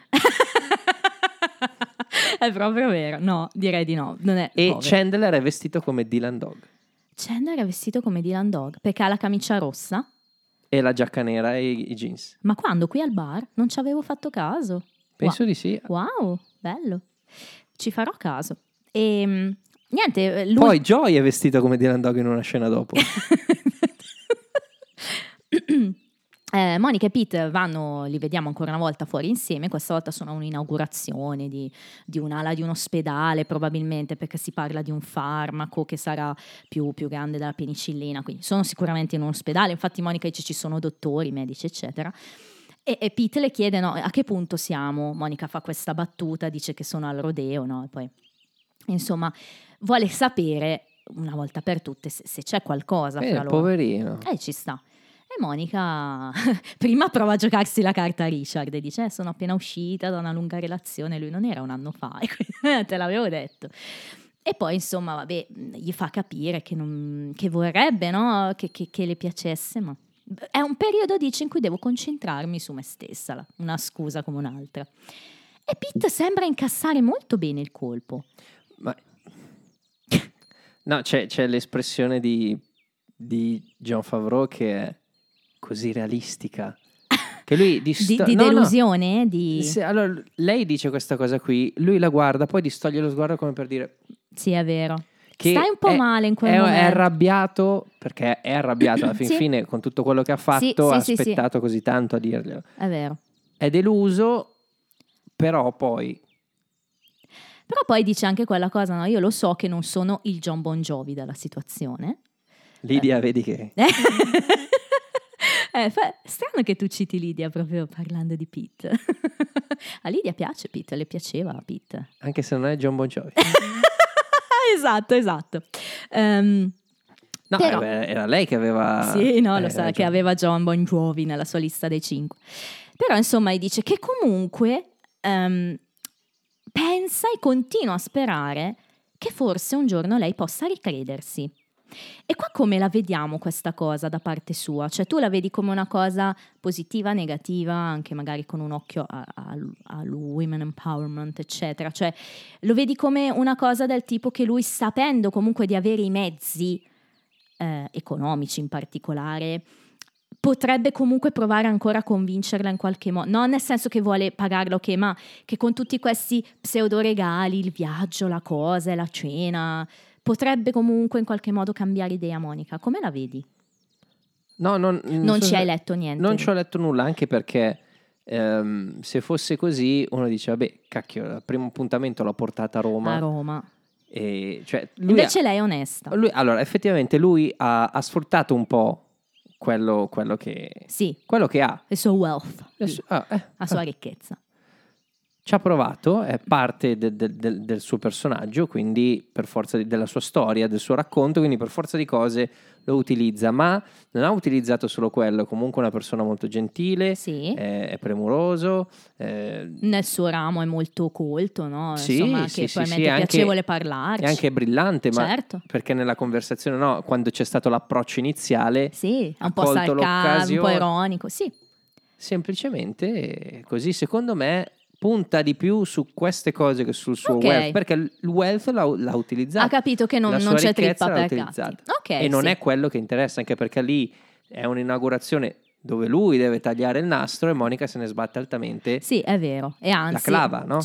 È proprio vero, no, direi di no, non è e povero. Chandler è vestito come Dylan Dog. Chandler è vestito come Dylan Dog perché ha la camicia rossa e la giacca nera e i jeans. Ma quando? Qui al bar? Non ci avevo fatto caso. Penso di sì. Wow, bello, ci farò caso. E niente, lui... Poi Joy è vestito come Dylan Dog in una scena dopo. Monica e Pete li vediamo ancora una volta fuori insieme. Questa volta sono a un'inaugurazione di un'ala di un ospedale, probabilmente perché si parla di un farmaco che sarà più grande della penicillina, quindi sono sicuramente in un ospedale. Infatti Monica dice ci sono dottori, medici eccetera, e Pete le chiede no, a che punto siamo. Monica fa questa battuta, dice che sono al rodeo, no? E poi insomma vuole sapere una volta per tutte se c'è qualcosa fra loro. Poverino. Ci sta. E Monica prima prova a giocarsi la carta a Richard e dice sono appena uscita da una lunga relazione, lui non era un anno fa, e te l'avevo detto. E poi insomma vabbè, gli fa capire che vorrebbe, no? Che le piacesse, ma è un periodo, dice, in cui devo concentrarmi su me stessa, una scusa come un'altra. E Pete sembra incassare molto bene il colpo. Ma... No, c'è l'espressione di Jon Favreau che è così realistica. Che lui di delusione? Allora, lei dice questa cosa qui, lui la guarda, poi distoglie lo sguardo come per dire... Sì, è vero. Stai un po' male in quel momento. È arrabbiato, perché è arrabbiato alla fine con tutto quello che ha fatto, ha aspettato così tanto a dirglielo. È vero. È deluso, però poi dice anche quella cosa, no? Io lo so che non sono il Jon Bon Jovi della situazione. Lidia, vedi che... Strano che tu citi Lidia proprio parlando di Pete. A Lidia piace Pete, le piaceva Pete. Anche se non è Jon Bon Jovi. Esatto. No, però, era lei che aveva... Sì, no, lo sa, che aveva Jon Bon Jovi nella sua lista dei 5. Però insomma dice che comunque pensa e continua a sperare che forse un giorno lei possa ricredersi. E qua come la vediamo questa cosa da parte sua? Cioè tu la vedi come una cosa positiva, negativa, anche magari con un occhio al women empowerment, eccetera. Cioè lo vedi come una cosa del tipo che lui, sapendo comunque di avere i mezzi economici in particolare, potrebbe comunque provare ancora a convincerla in qualche modo, non nel senso che vuole pagarla, ok, ma che con tutti questi pseudo regali, il viaggio, la cosa, la cena, potrebbe comunque in qualche modo cambiare idea. Monica, come la vedi? No, non ci hai letto niente? Non ci ho letto nulla, anche perché se fosse così uno dice vabbè, cacchio, il primo appuntamento l'ho portata a Roma. E, cioè, invece lei è onesta. Allora, effettivamente lui ha sfruttato un po' quello che ha. Il suo wealth, la sua ricchezza. Ci ha provato, è parte del suo personaggio, quindi per forza della sua storia, del suo racconto, quindi per forza di cose lo utilizza, ma non ha utilizzato solo quello, comunque una persona molto gentile, è premuroso. Nel suo ramo è molto colto, no? Sì, insomma, che probabilmente è piacevole parlarci. È anche brillante, ma certo, perché nella conversazione, no, quando c'è stato l'approccio iniziale, è un po' sarcasmo, un po' ironico, semplicemente così, secondo me punta di più su queste cose che sul suo wealth, perché il wealth l'ha utilizzato. Ha capito che non c'è trippa per cazzi. E non è quello che interessa, anche perché lì è un'inaugurazione dove lui deve tagliare il nastro e Monica se ne sbatte altamente. Sì, è vero. E anzi, la clava, no?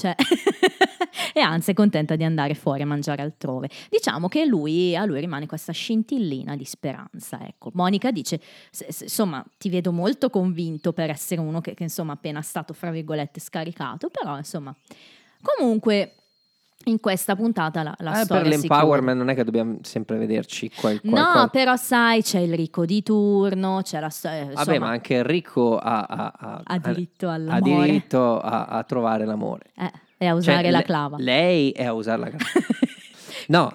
E anzi è contenta di andare fuori a mangiare altrove. Diciamo che a lui rimane questa scintillina di speranza, ecco. Monica dice, insomma, ti vedo molto convinto per essere uno che insomma appena stato, fra virgolette, scaricato, però insomma, comunque in questa puntata la storia per l'empowerment non è che dobbiamo sempre vederci no, però sai, c'è il ricco di turno, c'è la storia, vabbè, ma anche il ricco ha diritto all'amore, ha diritto a trovare l'amore. E a usare la clava. Lei è a usare la clava. No,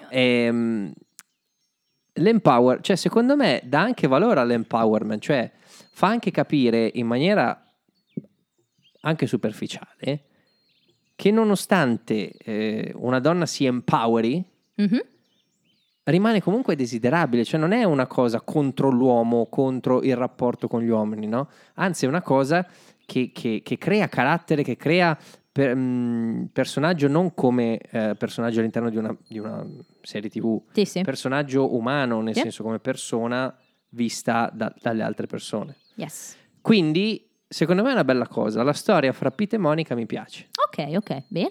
l'empower, cioè secondo me dà anche valore all'empowerment, cioè fa anche capire in maniera anche superficiale che nonostante una donna si empoweri, rimane comunque desiderabile, cioè non è una cosa contro l'uomo, contro il rapporto con gli uomini, no? Anzi è una cosa che crea carattere, che crea personaggio non come personaggio all'interno di una serie TV, personaggio umano, nel senso come persona vista dalle altre persone. Quindi secondo me è una bella cosa, la storia fra Pete e Monica mi piace. Ok, bene.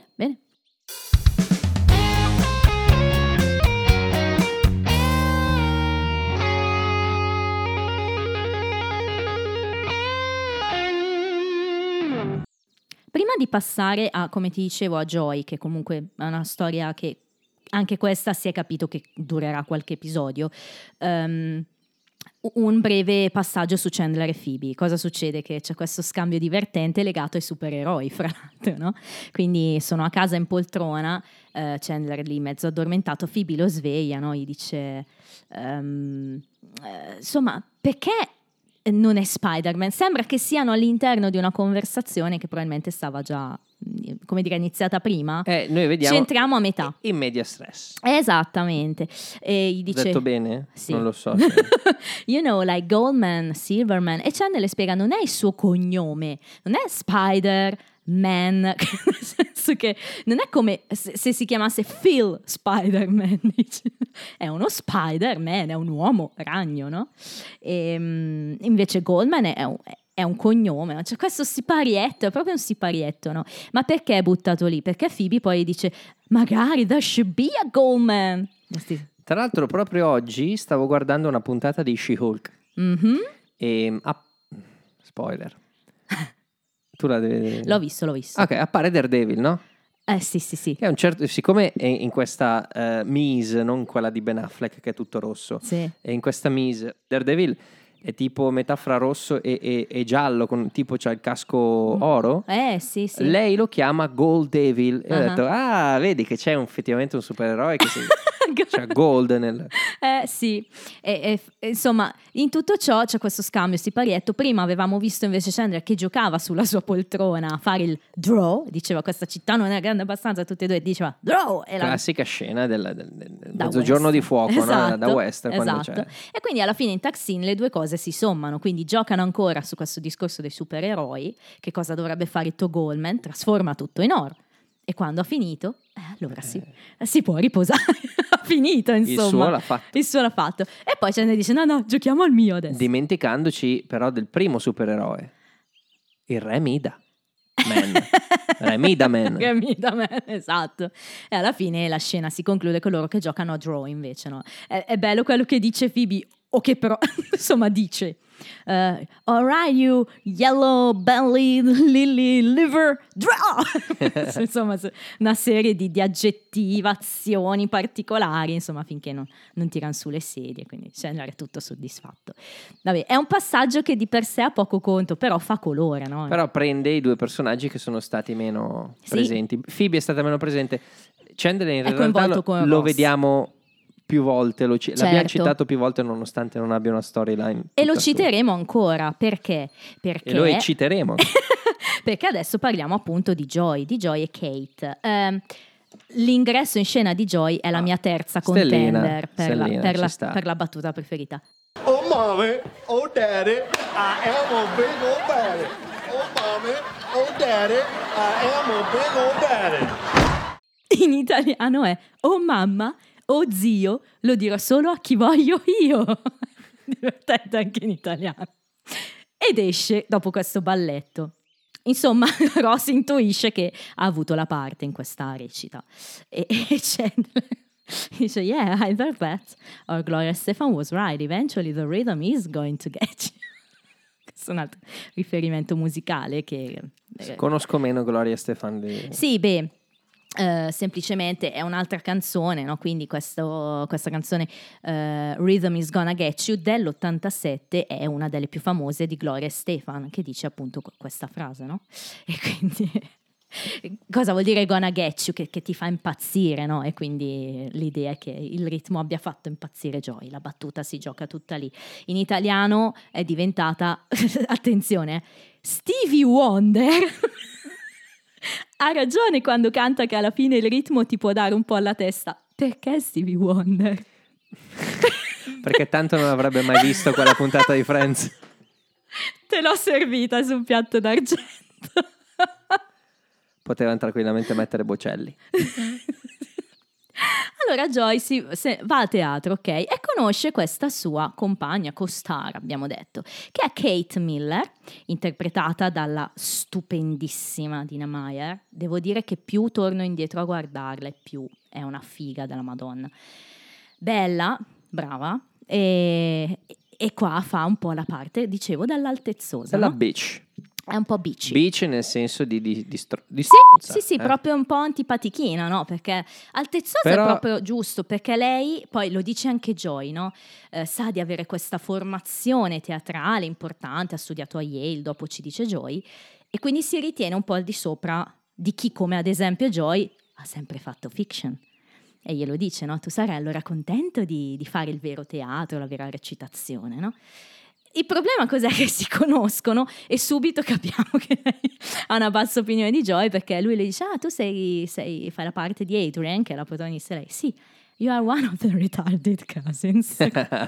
Prima di passare a, come ti dicevo, a Joy, che comunque è una storia che anche questa si è capito che durerà qualche episodio, un breve passaggio su Chandler e Phoebe. Cosa succede? Che c'è questo scambio divertente legato ai supereroi, fra l'altro, no? Quindi sono a casa in poltrona, Chandler lì mezzo addormentato, Phoebe lo sveglia, no? Gli dice insomma, perché non è Spider-Man. Sembra che siano all'interno di una conversazione che probabilmente stava già, come dire, iniziata prima. Noi vediamo. C'entriamo a metà. In media stress. Esattamente. E gli dice, Ho detto bene? Sì. Non lo so. You know, like Goldman, Silverman. E Chandler le spiega, non è il suo cognome, non è Spider-Man, nel senso che non è come se si chiamasse Phil Spider-Man, dice. È uno Spider-Man, è un uomo ragno, no? E, invece Goldman è un cognome, c'è questo siparietto, è proprio un siparietto, no? Ma perché è buttato lì? Perché Phoebe poi dice, magari there should be a Goldman. Tra l'altro proprio oggi stavo guardando una puntata di She-Hulk. Mm-hmm. E spoiler. Tu la devi... L'ho visto. Ok, appare Daredevil, no? Sì. Che è un certo, siccome è in questa mise, non quella di Ben Affleck che è tutto rosso, Sì. e in questa mise Daredevil è tipo metà fra rosso e giallo, con tipo c'ha il casco oro. Sì. Lei lo chiama Gold Devil e ho detto, vedi che c'è effettivamente un supereroe che c'è Gold nel... Sì, insomma, in tutto ciò c'è questo scambio siparietto. Prima avevamo visto invece Chandler che giocava sulla sua poltrona a fare il draw, diceva questa città non è grande abbastanza, tutte e due diceva draw. Classica scena del Mezzogiorno di Fuoco, esatto, no? Da Western. Esatto. Quando c'è. E quindi alla fine in Tag Scene le due cose si sommano, quindi giocano ancora su questo discorso dei supereroi. Che cosa dovrebbe fare To Goldman? Trasforma tutto in oro. E quando ha finito, allora si può riposare. Ha finito, insomma. Il suo l'ha fatto. E poi ce ne dice, no, giochiamo al mio adesso. Dimenticandoci però del primo supereroe, il Re Mida. Re Mida Man, esatto. E alla fine la scena si conclude con loro che giocano a draw invece, no? È bello quello che dice Phoebe, o che però, insomma, dice... alright, you yellow belly lily liver draw. Insomma, una serie di aggettivazioni particolari, insomma, finché non tirano su le sedie, quindi Chandler è tutto soddisfatto. Vabbè, è un passaggio che di per sé ha poco conto, però fa colore, no? Però prende i due personaggi che sono stati meno presenti. Phoebe è stata meno presente. Chandler in realtà lo vediamo più volte, l'abbiamo citato più volte nonostante non abbia una storyline. E lo citeremo ancora, perché? E lo ecciteremo. Perché adesso parliamo appunto di Joy e Kate. L'ingresso in scena di Joy è la mia terza contender per la battuta preferita. Oh mommy, oh daddy, I am a big old daddy. Oh mommy, oh daddy, I am a big old daddy. In italiano è oh mamma, oh zio, lo dirò solo a chi voglio io. Divertente anche in italiano. Ed esce dopo questo balletto. Insomma, Ross intuisce che ha avuto la parte in questa recita. E Chandler dice, yeah, either that or Gloria Stefan was right. Eventually the rhythm is going to get you. Questo è un altro riferimento musicale che... Conosco meno Gloria Stefan di... Sì, semplicemente è un'altra canzone, no? Quindi questa canzone Rhythm is Gonna Get You dell'87 è una delle più famose di Gloria Stefan, che dice appunto questa frase, no? E quindi cosa vuol dire Gonna Get You? Che ti fa impazzire, no? E quindi l'idea è che il ritmo abbia fatto impazzire Joy, la battuta si gioca tutta lì. In italiano è diventata attenzione, Stevie Wonder. Ha ragione quando canta che alla fine il ritmo ti può dare un po' alla testa. Perché Stevie Wonder? Perché tanto non avrebbe mai visto quella puntata di Friends. Te l'ho servita su un piatto d'argento. Potevano tranquillamente mettere Bocelli. Allora Joy va a teatro, ok? E conosce questa sua compagna, co-star, abbiamo detto, che è Kate Miller, interpretata dalla stupendissima Dina Meyer. Devo dire che più torno indietro a guardarla, più è una figa della Madonna. Bella, brava, e qua fa un po' la parte, dicevo, dall'altezzosa. Della no? bitch. È un po' bitchy. Bitch nel senso di Sì, proprio un po' antipatichina, no? Perché altezzosa però... è proprio giusto, perché lei, poi lo dice anche Joy, no? Sa di avere questa formazione teatrale importante, ha studiato a Yale, dopo ci dice Joy, e quindi si ritiene un po' al di sopra di chi, come ad esempio Joy, ha sempre fatto fiction. E glielo dice, no? Tu sarai allora contento di fare il vero teatro, la vera recitazione, no? il problema cos'è? Che si conoscono e subito capiamo che lei ha una bassa opinione di Joy, perché lui le dice: ah, tu fai la parte di Adrian, che è la protagonista. Lei: sì, you are one of the retarded cousins.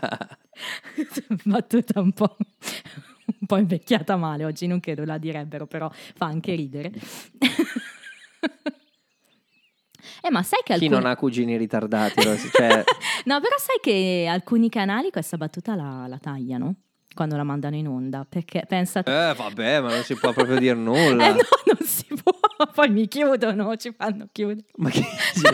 Battuta un po' invecchiata male, oggi non credo la direbbero, però fa anche ridere. Ma sai che Chi non ha cugini ritardati? Cioè... No, però sai che alcuni canali questa battuta la tagliano quando la mandano in onda, perché pensa... vabbè, ma non si può proprio dire nulla. No, non si può, poi mi chiudono, ci fanno chiudere. Ma che...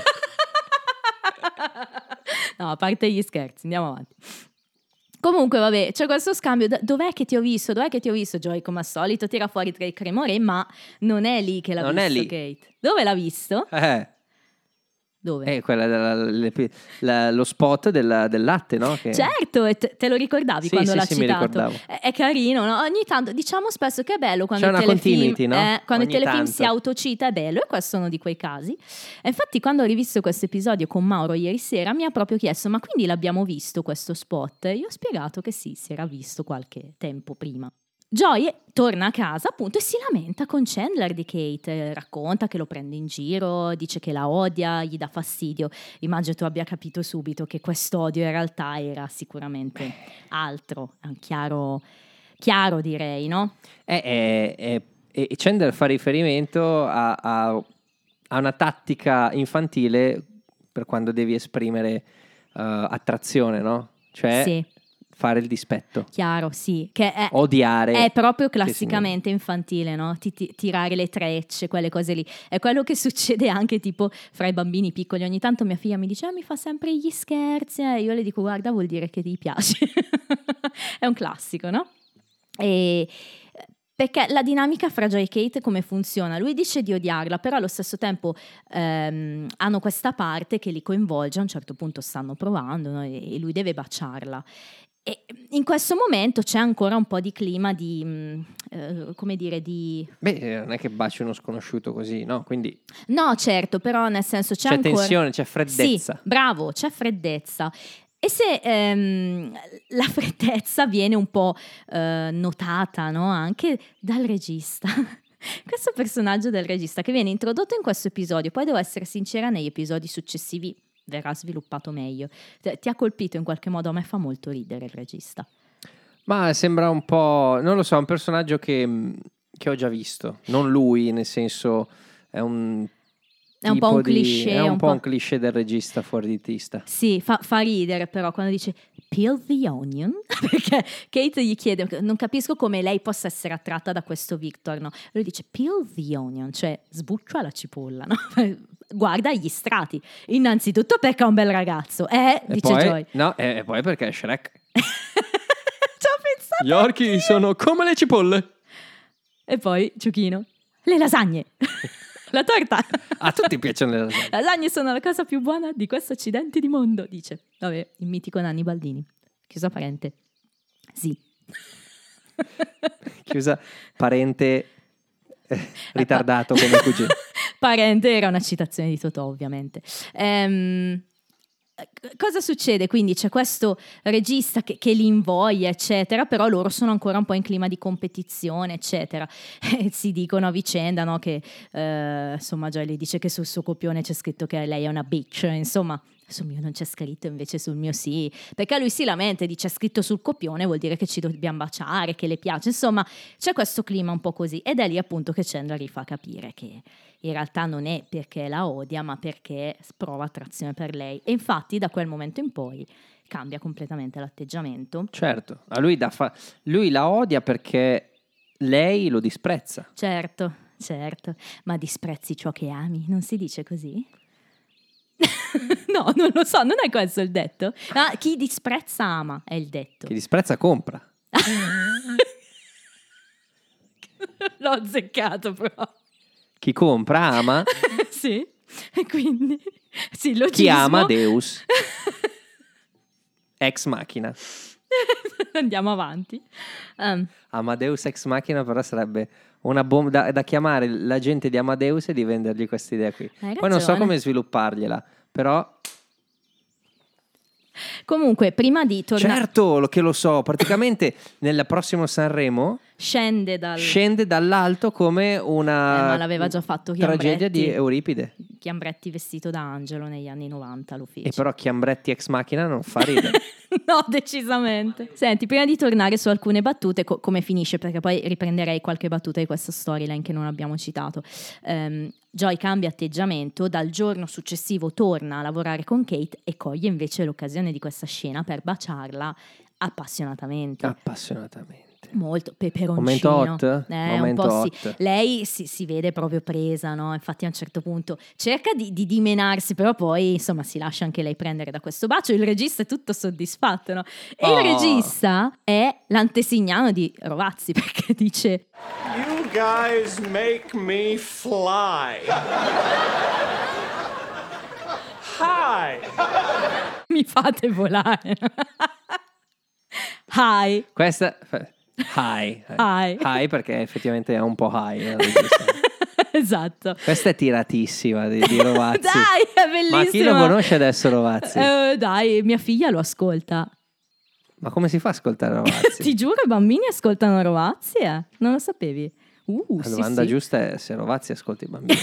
No, a parte gli scherzi, andiamo avanti. Comunque, vabbè, c'è questo scambio. Dov'è che ti ho visto? Joy, come al solito, tira fuori tra i cremore, ma non è lì che l'ha non visto è lì. Kate. Dove l'ha visto? Dove? Quella lo spot del latte, no? Che... Certo, e te lo ricordavi quando l'ha sì, mi citato? ricordavo. È carino, no? Ogni tanto, diciamo spesso che è bello quando c'è il una telefilm, continuity, no? quando Ogni il telefilm tanto. si autocita, è bello, e questo è uno di quei casi. E infatti quando ho rivisto questo episodio con Mauro ieri sera mi ha proprio chiesto: ma quindi l'abbiamo visto questo spot? E io ho spiegato che sì, si era visto qualche tempo prima. Joy torna a casa appunto e si lamenta con Chandler di Kate, racconta che lo prende in giro, dice che la odia, gli dà fastidio. Immagino tu abbia capito subito che quest'odio in realtà era sicuramente altro, chiaro direi, no? E Chandler fa riferimento a una tattica infantile per quando devi esprimere attrazione, no? Cioè... Sì. Fare il dispetto. Chiaro, sì. Che è, odiare. È proprio classicamente infantile, no? Tirare le trecce, quelle cose lì. È quello che succede anche tipo fra i bambini piccoli. Ogni tanto mia figlia mi dice: mi fa sempre gli scherzi. Io le dico: guarda, vuol dire che ti piace. È un classico, no? Perché la dinamica fra Joy e Kate come funziona? Lui dice di odiarla, però allo stesso tempo hanno questa parte che li coinvolge. A un certo punto stanno provando, no? E lui deve baciarla. E in questo momento c'è ancora un po' di clima di, come dire, di... Beh, non è che baci uno sconosciuto così, no? Quindi... No, certo, però nel senso c'è ancora... tensione, c'è freddezza. Sì, bravo, c'è freddezza. E se la freddezza viene un po' notata, no? Anche dal regista. Questo personaggio del regista che viene introdotto in questo episodio, poi devo essere sincera, negli episodi successivi verrà sviluppato meglio. Ti ha colpito in qualche modo? A me fa molto ridere il regista. Ma sembra un po', non lo so, un personaggio che ho già visto. Non lui, nel senso, è un po' un cliché. È un po' un cliché del regista fuori di testa. Sì, fa ridere però quando dice peel the onion, perché Kate gli chiede, non capisco come lei possa essere attratta da questo Victor, no? Lui dice peel the onion, cioè sbuccia la cipolla, no? Guarda gli strati, innanzitutto perché è un bel ragazzo, dice poi, Joy. No, e poi perché è Shrek. Ci ho pensato. Gli orchi sono come le cipolle. E poi Ciuchino, le lasagne. La torta. A tutti piacciono le lasagne. Le lasagne sono la cosa più buona di questo accidente di mondo, dice. Vabbè, il mitico Nanni Baldini. Chiusa parente. Sì. Chiusa parente ritardato come cugino. Parente era una citazione di Totò, ovviamente. Cosa succede? Quindi c'è questo regista che li invoglia, eccetera, però loro sono ancora un po' in clima di competizione, eccetera. E si dicono a vicenda, no, che insomma Joy le dice che sul suo copione c'è scritto che lei è una bitch, insomma. Sul mio non c'è scritto, invece sul mio sì, perché lui si lamenta e dice: scritto sul copione, vuol dire che ci dobbiamo baciare, che le piace, insomma c'è questo clima un po' così, ed è lì appunto che Chandler gli fa capire che in realtà non è perché la odia, ma perché prova attrazione per lei, e infatti da quel momento in poi cambia completamente l'atteggiamento. Certo, a lui la odia perché lei lo disprezza. Certo, ma disprezzi ciò che ami, non si dice così? No, non lo so, non è questo il detto. Chi disprezza ama è il detto. Chi disprezza compra. L'ho azzeccato però. Chi compra ama. Sì, e quindi sillogismo. Chi ama Deus ex machina. Andiamo avanti. Amadeus ex machina però sarebbe una bomba da chiamare la gente di Amadeus e di vendergli questa idea qui. Poi non so come sviluppargliela, però Comunque, prima di tornare... Certo, che lo so, praticamente nel prossimo Sanremo Scende dall'alto come una ma l'aveva già fatto tragedia Chiambretti. di Euripide. Chiambretti vestito da angelo negli anni 90 lo fece. E però Chiambretti ex machina non fa ridere. No, decisamente. Senti, prima di tornare su alcune battute, come finisce, perché poi riprenderei qualche battuta di questa storyline che non abbiamo citato. Joy cambia atteggiamento, dal giorno successivo torna a lavorare con Kate e coglie invece l'occasione di questa scena per baciarla appassionatamente. Molto peperoncino. Momento hot? Momento un po' hot. sì. Lei si vede proprio presa, no? Infatti a un certo punto cerca di dimenarsi, però poi insomma si lascia anche lei prendere da questo bacio. Il regista è tutto soddisfatto, no? E il regista è l'antesignano di Rovazzi, perché dice: You guys make me fly. Hi. mi fate volare. Hi. Questa high perché effettivamente è un po' high. Esatto. Questa è tiratissima di Rovazzi. Dai, è bellissima. Ma chi lo conosce adesso Rovazzi? Dai, mia figlia lo ascolta. Ma come si fa a ascoltare Rovazzi? Ti giuro, i bambini ascoltano Rovazzi, Non lo sapevi? La domanda giusta è se Rovazzi ascolta i bambini.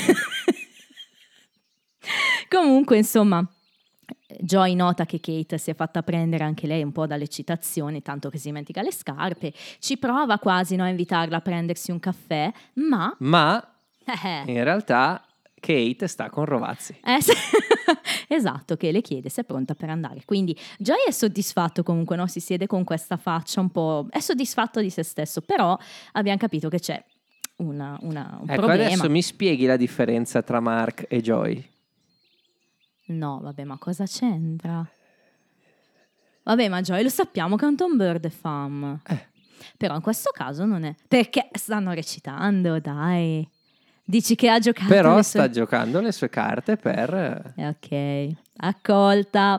Comunque, insomma, Joy nota che Kate si è fatta prendere anche lei un po' dall'eccitazione, tanto che si dimentica le scarpe. Ci prova quasi a invitarla a prendersi un caffè, ma in realtà Kate sta con Rovazzi. Sì. Esatto, che le chiede se è pronta per andare. Quindi Joy è soddisfatto comunque, no? Si siede con questa faccia un po'... È soddisfatto di se stesso, però abbiamo capito che c'è un problema. Adesso mi spieghi la differenza tra Mark e Joy? No, vabbè, ma cosa c'entra? Vabbè, ma Joy lo sappiamo che è un Tom Bird e fam. Però in questo caso non è. Perché stanno recitando, dai. Dici che ha giocato però le sta giocando le sue carte per... Ok, accolta.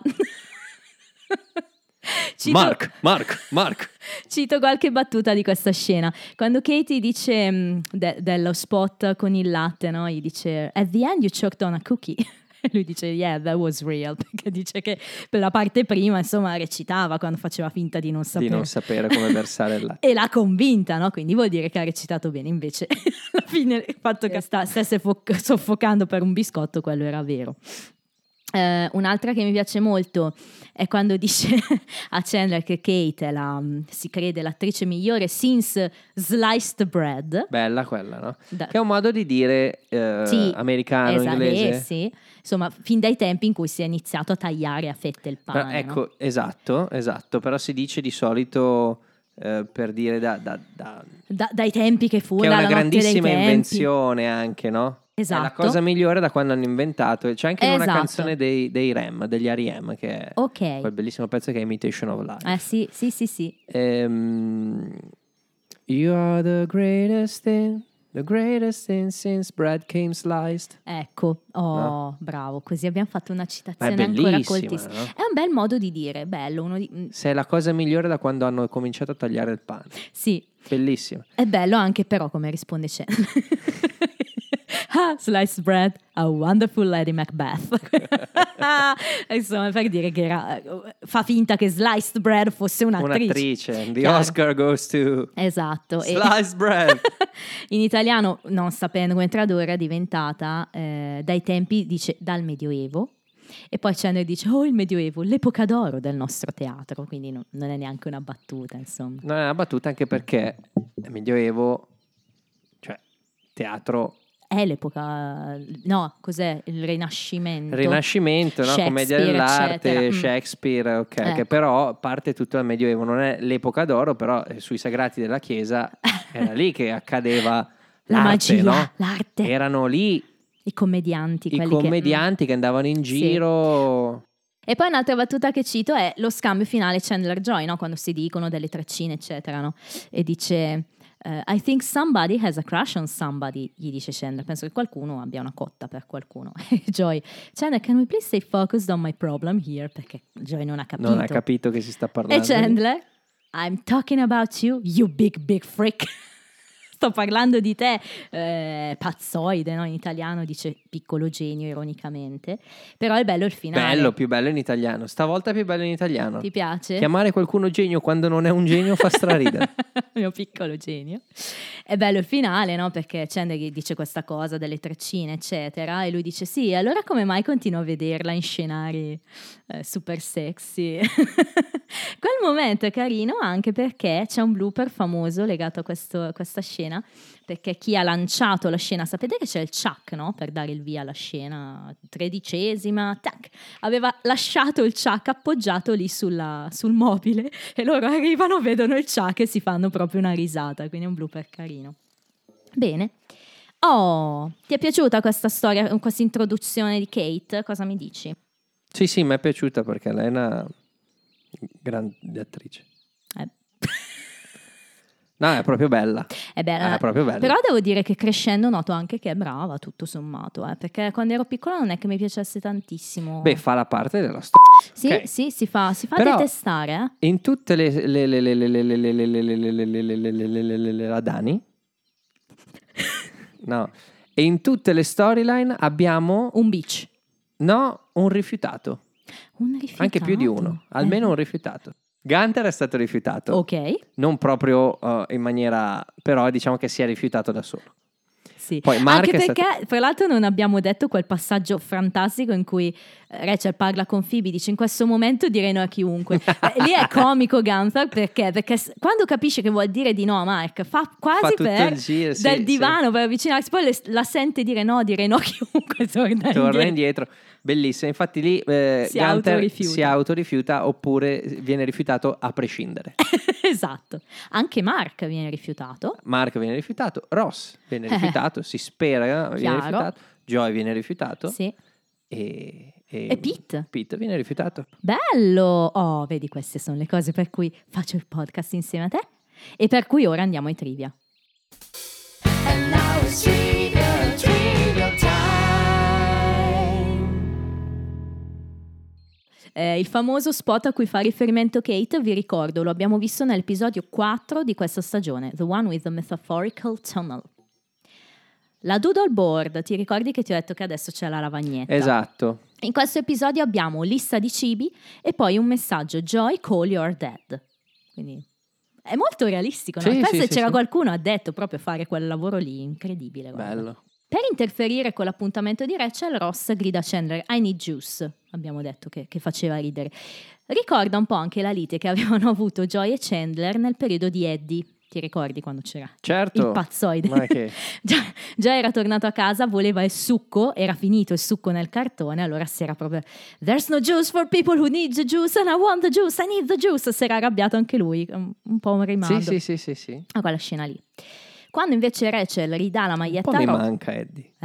Mark. Cito qualche battuta di questa scena. Quando Katie dice dello spot con il latte, no? Gli dice: At the end you choked on a cookie. E lui dice: Yeah, that was real. Perché dice che per la parte prima, insomma, recitava quando faceva finta di non sapere. Di non sapere come versare il latte. E l'ha convinta, no? Quindi vuol dire che ha recitato bene. Invece, alla fine, il fatto che stesse soffocando per un biscotto, quello era vero. Un'altra che mi piace molto è quando dice a Chandler che Kate è si crede l'attrice migliore since sliced bread. Bella quella, no? Che è un modo di dire americano, inglese. Sì. Insomma, fin dai tempi in cui si è iniziato a tagliare a fette il pane. Però, ecco, no? esatto, però si dice di solito per dire dai tempi che fu che è la una notte grandissima dei tempi. invenzione anche, no? Esatto. È la cosa migliore da quando hanno inventato. C'è anche una Esatto. canzone dei Rem, degli R.E.M., che è quel bellissimo pezzo che è Imitation of Life. Sì. You are the greatest thing since bread came sliced. Ecco, no? Bravo, così abbiamo fatto una citazione è ancora bellissima, coltissima. no? È un bel modo di dire, bello. Se è la cosa migliore da quando hanno cominciato a tagliare il pane. Sì. Bellissimo. È bello anche però come risponde Chandler. Sliced bread, a wonderful Lady Macbeth. Insomma, per dire che fa finta che sliced bread fosse un'attrice. The Oscar goes to esatto. Sliced bread. In italiano, non sapendo come tradurre, è diventata dai tempi, dice, dal Medioevo. E poi Chandler dice: oh, il Medioevo, l'epoca d'oro del nostro teatro. Quindi non è neanche una battuta, insomma. Non è una battuta, anche perché il Medioevo, cioè teatro, è l'epoca, no, cos'è? Il Rinascimento. Rinascimento, no? Commedia dell'arte, eccetera. Shakespeare, ok, Ecco. che però parte tutto dal Medioevo, non è l'epoca d'oro, però sui sagrati della Chiesa era lì che accadeva la l'arte, magia, no? l'arte. Erano lì I commedianti, che andavano in giro. E poi un'altra battuta che cito è lo scambio finale Chandler-Joy, no? Quando si dicono delle treccine, eccetera, no? E dice... I think somebody has a crush on somebody, gli dice Chandler. Penso che qualcuno abbia una cotta per qualcuno. Joy, Chandler, can we please stay focused on my problem here? Perché Joy non ha capito. Non ha capito che si sta parlando. E Chandler, I'm talking about you, you big freak. sto parlando di te, pazzoide, no? In italiano dice piccolo genio ironicamente, però è bello il finale. Bello, più bello in italiano, stavolta più bello in italiano. Ti piace? Chiamare qualcuno genio quando non è un genio fa straridere. Mio piccolo genio. È bello il finale, no? Perché Chandler gli dice questa cosa delle treccine, eccetera, e lui dice sì, allora come mai continuo a vederla in scenari super sexy? Quel momento è carino anche perché c'è un blooper famoso legato a questa scena, perché chi ha lanciato la scena, sapete che c'è il Chuck, no? Per dare il via alla scena, 13ª, tac, aveva lasciato il Chuck appoggiato lì sul mobile e loro arrivano, vedono il Chuck e si fanno proprio una risata, quindi è un blooper carino. Bene. Oh, ti è piaciuta questa storia, questa introduzione di Kate? Cosa mi dici? Sì, mi è piaciuta perché lei è una grande attrice. No, è proprio bella. È bella. È proprio bella. Però devo dire che crescendo noto anche che è brava, tutto sommato, perché quando ero piccola non è che mi piacesse tantissimo. Beh, fa la parte della storia. Sì, Okay. sì, si fa Però detestare. In tutte la Dani? No. E in tutte le storyline abbiamo Un bitch. no, un rifiutato. Un rifiutato. Anche più di uno. Almeno un rifiutato. Gunter è stato rifiutato. Ok. Non proprio in maniera, però diciamo che si è rifiutato da solo. Sì. Poi Mark anche è perché, stato- tra l'altro, non abbiamo detto quel passaggio fantastico in cui Rachel parla con Phoebe, dice in questo momento direi no a chiunque. Lì è comico Gunther perché quando capisce che vuol dire di no a Mark fa quasi tutto per il giro, sì, dal divano per avvicinarsi, poi la sente dire no, direi no a chiunque, torna indietro. Bellissimo, infatti lì Si Gunther autorifiuta. si autorifiuta oppure viene rifiutato a prescindere. Esatto. Anche Mark viene rifiutato. Mark viene rifiutato, Ross viene rifiutato, si spera viene Chiaro. rifiutato, Joy viene rifiutato Sì. e Pete? Pete viene rifiutato. Bello! Oh, vedi, queste sono le cose per cui faccio il podcast insieme a te e per cui ora andiamo ai trivia. And now it's trivia time. Il famoso spot a cui fa riferimento Kate, vi ricordo, lo abbiamo visto nell'episodio 4 di questa stagione, The One with the Metaphorical Tunnel. La doodle board, ti ricordi che ti ho detto che adesso c'è la lavagnetta? Esatto. In questo episodio abbiamo lista di cibi e poi un messaggio, Joy, call your dad. Quindi è molto realistico, no? Sì, Penso sì, che c'era sì. qualcuno ha detto proprio fare quel lavoro lì, incredibile. Guarda. Bello. Per interferire con l'appuntamento di Rachel, Ross grida a Chandler, I need juice. Abbiamo detto che faceva ridere. Ricorda un po' anche la lite che avevano avuto Joy e Chandler nel periodo di Eddie. Ti ricordi quando c'era Certo. il pazzoide? Ma che- Già era tornato a casa, voleva il succo, era finito il succo nel cartone, allora si era proprio There's no juice for people who need the juice and I want the juice, I need the juice. Si era arrabbiato anche lui, un po' un rimando Sì. a quella scena lì. Quando invece Rachel ridà la Un maglietta po' mi rossa, manca Eddie.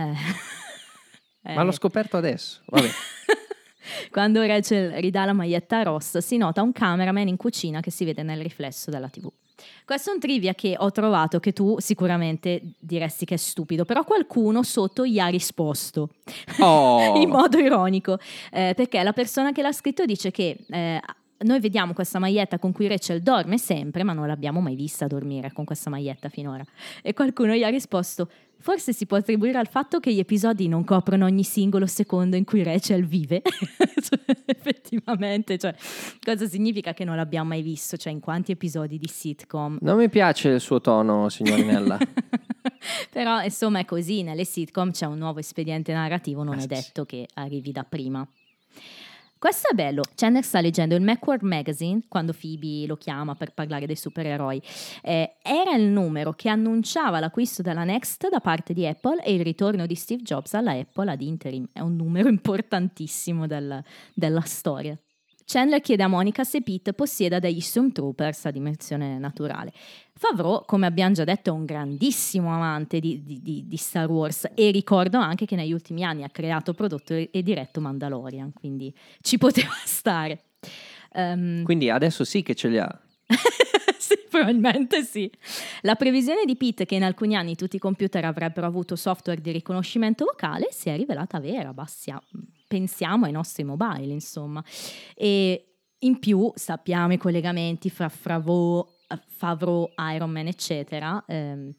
Ma l'ho scoperto adesso. Vabbè. quando Rachel ridà la maglietta rossa si nota un cameraman in cucina che si vede nel riflesso della TV. Questo è un trivia che ho trovato che tu sicuramente diresti che è stupido, però qualcuno sotto gli ha risposto Oh. in modo ironico, perché la persona che l'ha scritto dice che noi vediamo questa maglietta con cui Rachel dorme sempre, ma non l'abbiamo mai vista dormire con questa maglietta finora. E qualcuno gli ha risposto: forse si può attribuire al fatto che gli episodi non coprono ogni singolo secondo in cui Rachel vive. Cioè, effettivamente, cioè, cosa significa che non l'abbiamo mai visto? Cioè, in quanti episodi di sitcom? Non mi piace il suo tono, signorinella. Però, insomma, è così. Nelle sitcom c'è un nuovo espediente narrativo, non è sì. detto che arrivi da prima. Questo è bello. Chandler sta leggendo il Macworld Magazine quando Phoebe lo chiama per parlare dei supereroi. Era il numero che annunciava l'acquisto della Next da parte di Apple e il ritorno di Steve Jobs alla Apple ad interim. È un numero importantissimo della storia. Chandler chiede a Monica se Pete possieda degli Stormtroopers a dimensione naturale. Favreau, come abbiamo già detto, è un grandissimo amante di Star Wars e ricordo anche che negli ultimi anni ha creato, prodotto e diretto Mandalorian, quindi ci poteva stare. Quindi adesso sì che ce li ha. Sì, probabilmente sì. La previsione di Pete che in alcuni anni tutti i computer avrebbero avuto software di riconoscimento vocale si è rivelata vera, pensiamo ai nostri mobile, insomma. E in più sappiamo i collegamenti fra Favreau, Iron Man, eccetera.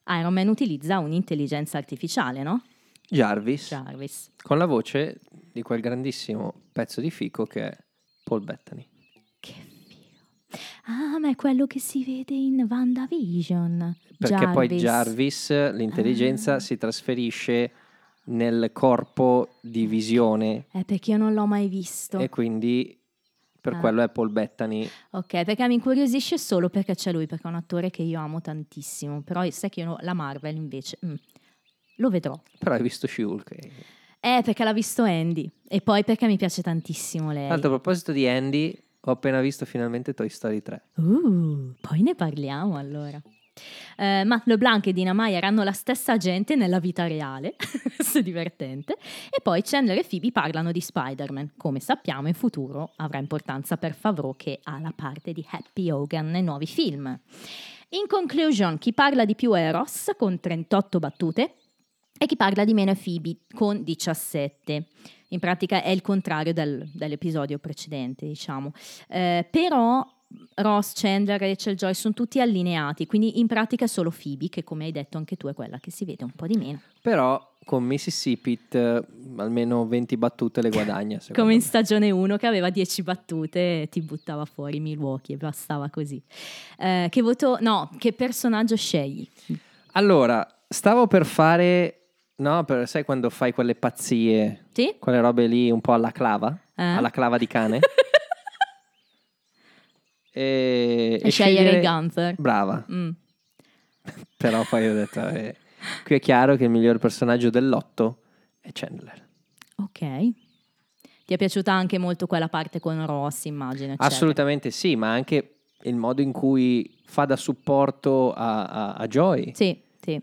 Iron Man utilizza un'intelligenza artificiale, no? Jarvis. Con la voce di quel grandissimo pezzo di fico che è Paul Bettany. Che figo. Ah, ma è quello che si vede in WandaVision. Perché poi Jarvis, l'intelligenza, si trasferisce nel corpo di Visione perché io non l'ho mai visto. e quindi per quello è Paul Bettany. Ok, perché mi incuriosisce solo perché c'è lui, perché è un attore che io amo tantissimo. Però sai che io la Marvel invece lo vedrò. Però hai visto She-Hulk. Perché l'ha visto Andy. E poi perché mi piace tantissimo lei. Tanto a proposito di Andy, ho appena visto finalmente Toy Story 3. Poi ne parliamo allora. Matt LeBlanc e Dina Meyer hanno la stessa agente nella vita reale. Questo è divertente. E poi Chandler e Phoebe parlano di Spider-Man. Come sappiamo, in futuro avrà importanza per Favreau, che ha la parte di Happy Hogan nei nuovi film. In conclusion, chi parla di più è Ross con 38 battute e chi parla di meno è Phoebe con 17. In pratica è il contrario dell'episodio precedente, diciamo. Però Ross, Chandler, Rachel, Joy sono tutti allineati, quindi in pratica è solo Phoebe che, come hai detto anche tu, è quella che si vede un po' di meno. Però con Mississippi almeno 20 battute le guadagna. Come in me. stagione 1 che aveva 10 battute e ti buttava fuori Milwaukee e bastava così. Che personaggio scegli? Allora, stavo per fare... No, sai quando fai quelle pazzie? Sì? Quelle robe lì un po' alla clava? Alla clava di cane? e scegliere Gunther. Brava. Però poi ho detto, qui è chiaro che il miglior personaggio dell'otto è Chandler. Ok. Ti è piaciuta anche molto quella parte con Ross, immagino? Eccetera. Assolutamente sì, ma anche il modo in cui fa da supporto a Joy. Sì.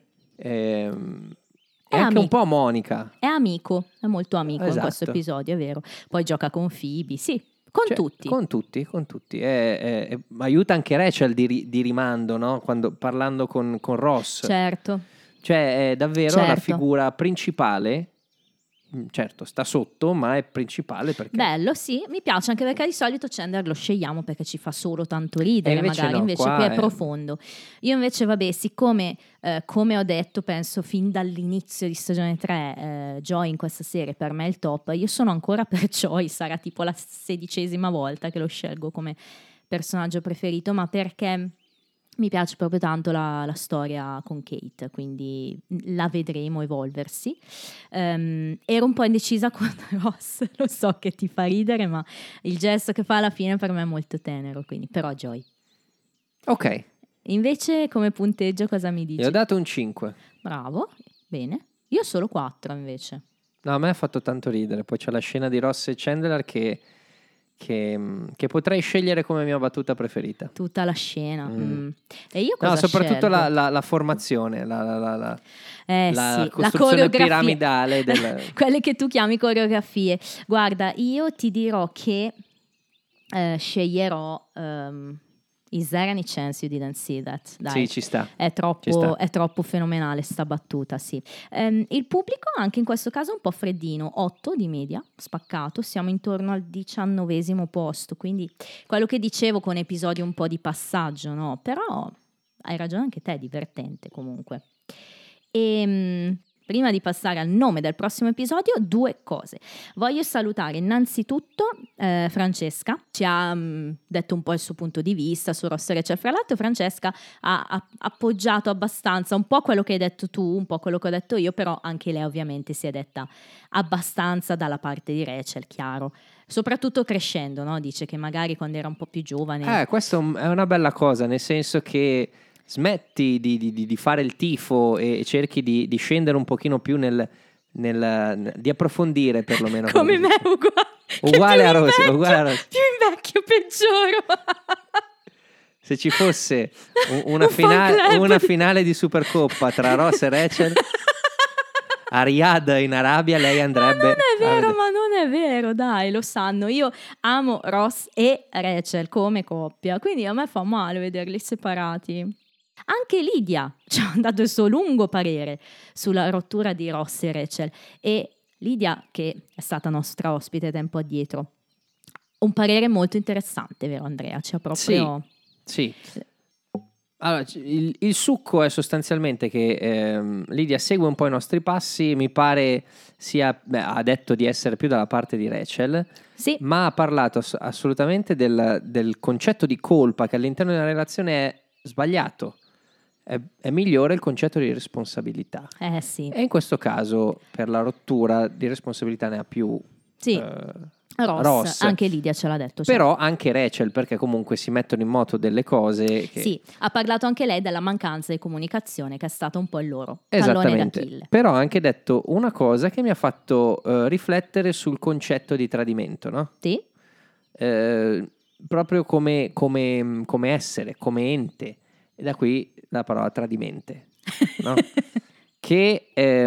E anche un po' a Monica. È amico, è molto amico Esatto. in questo episodio, è vero. Poi gioca con Phoebe, sì, con tutti. Con tutti. Aiuta anche Rachel di rimando, no? Parlando con Ross. Certo. Cioè è davvero la figura principale. Certo, sta sotto, ma è principale perché... Bello, sì, mi piace anche perché di solito Chandler lo scegliamo perché ci fa solo tanto ridere, invece qui è profondo. Io invece, siccome, come ho detto, penso fin dall'inizio di stagione 3, Joy in questa serie per me è il top, io sono ancora per Joy, sarà tipo la 16ª volta che lo scelgo come personaggio preferito, ma perché... mi piace proprio tanto la storia con Kate, quindi la vedremo evolversi. Ero un po' indecisa con Ross, lo so che ti fa ridere, ma il gesto che fa alla fine per me è molto tenero, quindi però Joy. Ok. Invece come punteggio cosa mi dici? Gli ho dato un 5. Bravo, bene. Io solo 4 invece. No, a me ha fatto tanto ridere. Poi c'è la scena di Ross e Chandler che potrei scegliere come mia battuta preferita. Tutta la scena. E io cosa soprattutto scelgo? la formazione, la la costruzione piramidale. Quelle che tu chiami coreografie. Guarda, io ti dirò che sceglierò Is there any chance you didn't see that? Dai, sì, ci sta. È troppo fenomenale sta battuta, sì. Il pubblico anche in questo caso è un po' freddino, 8 di media, spaccato, siamo intorno al 19° posto, quindi quello che dicevo con episodi un po' di passaggio, no? Però hai ragione anche te, è divertente comunque. Prima di passare al nome del prossimo episodio, 2 cose. Voglio salutare innanzitutto Francesca, ci ha detto un po' il suo punto di vista su Ross e Rachel. Fra l'altro Francesca ha appoggiato abbastanza un po' quello che hai detto tu, un po' quello che ho detto io, però anche lei ovviamente si è detta abbastanza dalla parte di Rachel, chiaro. Soprattutto crescendo, no? Dice che magari quando era un po' più giovane... Questo è una bella cosa, nel senso che smetti di fare il tifo e cerchi di scendere un pochino più di approfondire perlomeno. Come me, uguale a Rosy. Più invecchio peggioro. Se ci fosse una finale di Supercoppa tra Ross e Rachel a Riyadh in Arabia, lei andrebbe... Ma non è vero, dai, lo sanno. Io amo Ross e Rachel come coppia, quindi a me fa male vederli separati. Anche Lidia ci ha dato il suo lungo parere sulla rottura di Ross e Rachel, e Lidia, che è stata nostra ospite tempo addietro, un parere molto interessante, vero Andrea? C'è proprio... Sì. Allora, il succo è sostanzialmente che Lydia segue un po' i nostri passi, mi pare ha detto di essere più dalla parte di Rachel, Sì. ma ha parlato assolutamente del concetto di colpa che all'interno della relazione è sbagliato. È migliore il concetto di responsabilità. Sì. E in questo caso, per la rottura di responsabilità ne ha più Sì. Ross, anche Lydia ce l'ha detto. Però anche Rachel, perché comunque si mettono in moto delle cose che... Sì, ha parlato anche lei della mancanza di comunicazione che è stato un po' il loro tallone d'Achille. Però ha anche detto una cosa che mi ha fatto riflettere sul concetto di tradimento, no? Sì. Proprio come essere, come ente. E da qui la parola tradimente, no? Che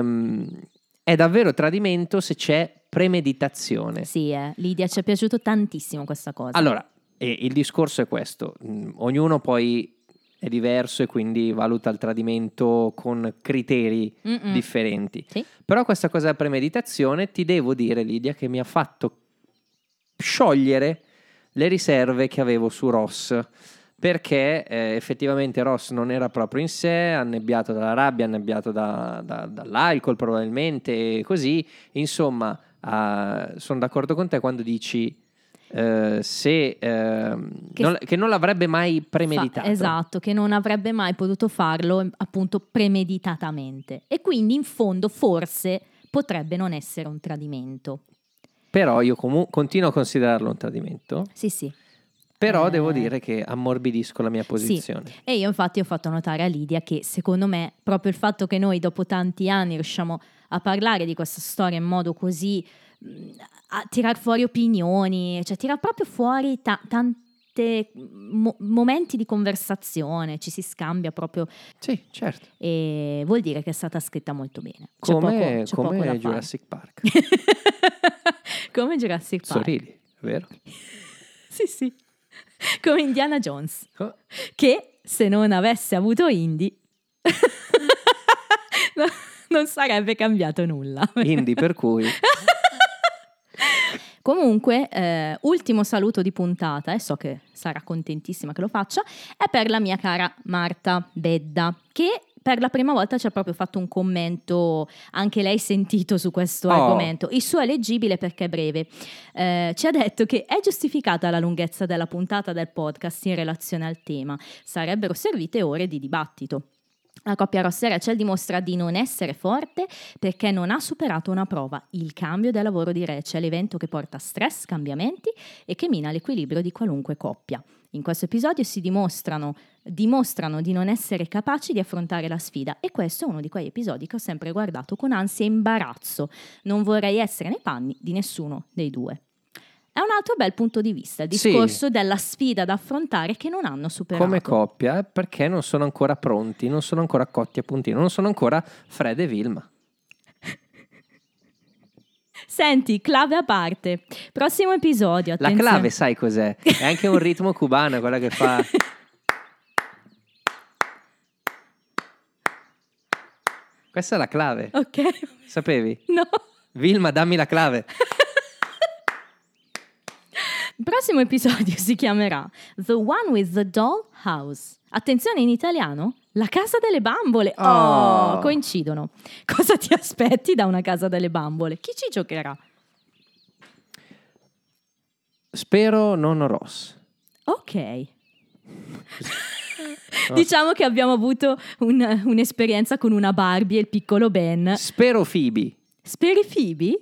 è davvero tradimento se c'è premeditazione. Sì, Lydia, ci è piaciuto tantissimo questa cosa. Allora, il discorso è questo. Ognuno poi è diverso e quindi valuta il tradimento con criteri differenti. Sì. Però questa cosa della premeditazione, ti devo dire, Lydia, che mi ha fatto sciogliere le riserve che avevo su Ross, perché effettivamente Ross non era proprio in sé, annebbiato dalla rabbia, annebbiato dall'alcol probabilmente, e così, insomma, sono d'accordo con te quando dici che non l'avrebbe mai premeditato. Esatto, che non avrebbe mai potuto farlo appunto premeditatamente, e quindi in fondo forse potrebbe non essere un tradimento. Però io continuo a considerarlo un tradimento. Sì. Però devo dire che ammorbidisco la mia posizione. Sì. E io infatti ho fatto notare a Lydia che secondo me proprio il fatto che noi dopo tanti anni riusciamo a parlare di questa storia in modo così, a tirar fuori opinioni, cioè tirar proprio fuori tanti momenti di conversazione, ci si scambia proprio. Sì, certo. E vuol dire che è stata scritta molto bene. Come poco da Jurassic Park. Come Jurassic Park. Sorridi, vero? Sì. Come Indiana Jones, Oh. che se non avesse avuto Indy non sarebbe cambiato nulla. Indy, per cui... Comunque, ultimo saluto di puntata, e so che sarà contentissima che lo faccia, è per la mia cara Marta Bedda, che per la prima volta ci ha proprio fatto un commento, anche lei sentito su questo argomento. Il suo è leggibile perché è breve. Ci ha detto che è giustificata la lunghezza della puntata del podcast in relazione al tema. Sarebbero servite ore di dibattito. La coppia Ross e Rachel dimostra di non essere forte perché non ha superato una prova, il cambio del lavoro di Rachel, evento che porta stress, cambiamenti e che mina l'equilibrio di qualunque coppia. In questo episodio si dimostrano di non essere capaci di affrontare la sfida, e questo è uno di quegli episodi che ho sempre guardato con ansia e imbarazzo. Non vorrei essere nei panni di nessuno dei due. È un altro bel punto di vista, il discorso della sfida da affrontare che non hanno superato. Come coppia, perché non sono ancora pronti, non sono ancora cotti a puntino, non sono ancora Fred e Vilma. Senti, clave a parte. Prossimo episodio, attenzione. La clave sai cos'è? È anche un ritmo cubano, quella che fa... Questa è la clave. Ok. Sapevi? No. Vilma, dammi la clave. Il prossimo episodio si chiamerà The One with the Doll House. Attenzione, in italiano, La casa delle bambole. Oh, coincidono. Cosa ti aspetti da una casa delle bambole? Chi ci giocherà? Spero non Ross. Ok. Diciamo che abbiamo avuto un'esperienza con una Barbie e il piccolo Ben. Spero Phoebe. Speri Phoebe?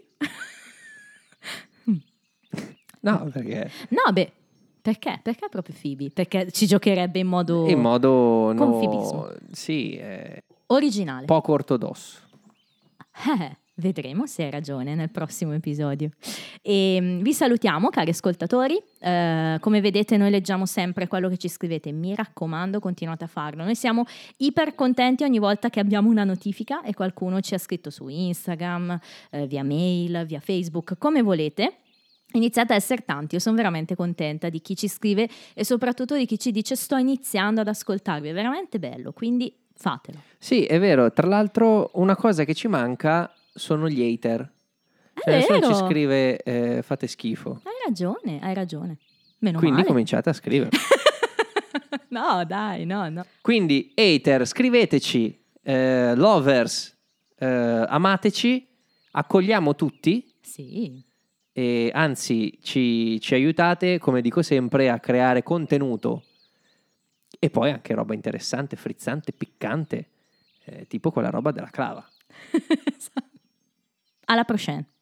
No, perché? No, beh, perché? Perché proprio Phoebe? Perché ci giocherebbe in modo... In modo... Con fibismo. Sì, originale. poco ortodosso. Vedremo se hai ragione nel prossimo episodio. E vi salutiamo, cari ascoltatori. Come vedete, noi leggiamo sempre quello che ci scrivete. Mi raccomando, continuate a farlo. Noi siamo iper contenti ogni volta che abbiamo una notifica e qualcuno ci ha scritto su Instagram, via mail, via Facebook, come volete. Iniziate a essere tanti, io sono veramente contenta di chi ci scrive e soprattutto di chi ci dice sto iniziando ad ascoltarvi, è veramente bello, quindi fatelo. Sì, è vero, tra l'altro una cosa che ci manca sono gli hater. Cioè, nessuno ci scrive fate schifo. Hai ragione, Meno quindi male. cominciate a scrivere. No, dai, no. Quindi, hater, scriveteci, lovers, amateci, accogliamo tutti. Sì. E anzi ci aiutate, come dico sempre, a creare contenuto e poi anche roba interessante, frizzante, piccante, tipo quella roba della clava. Alla prossima.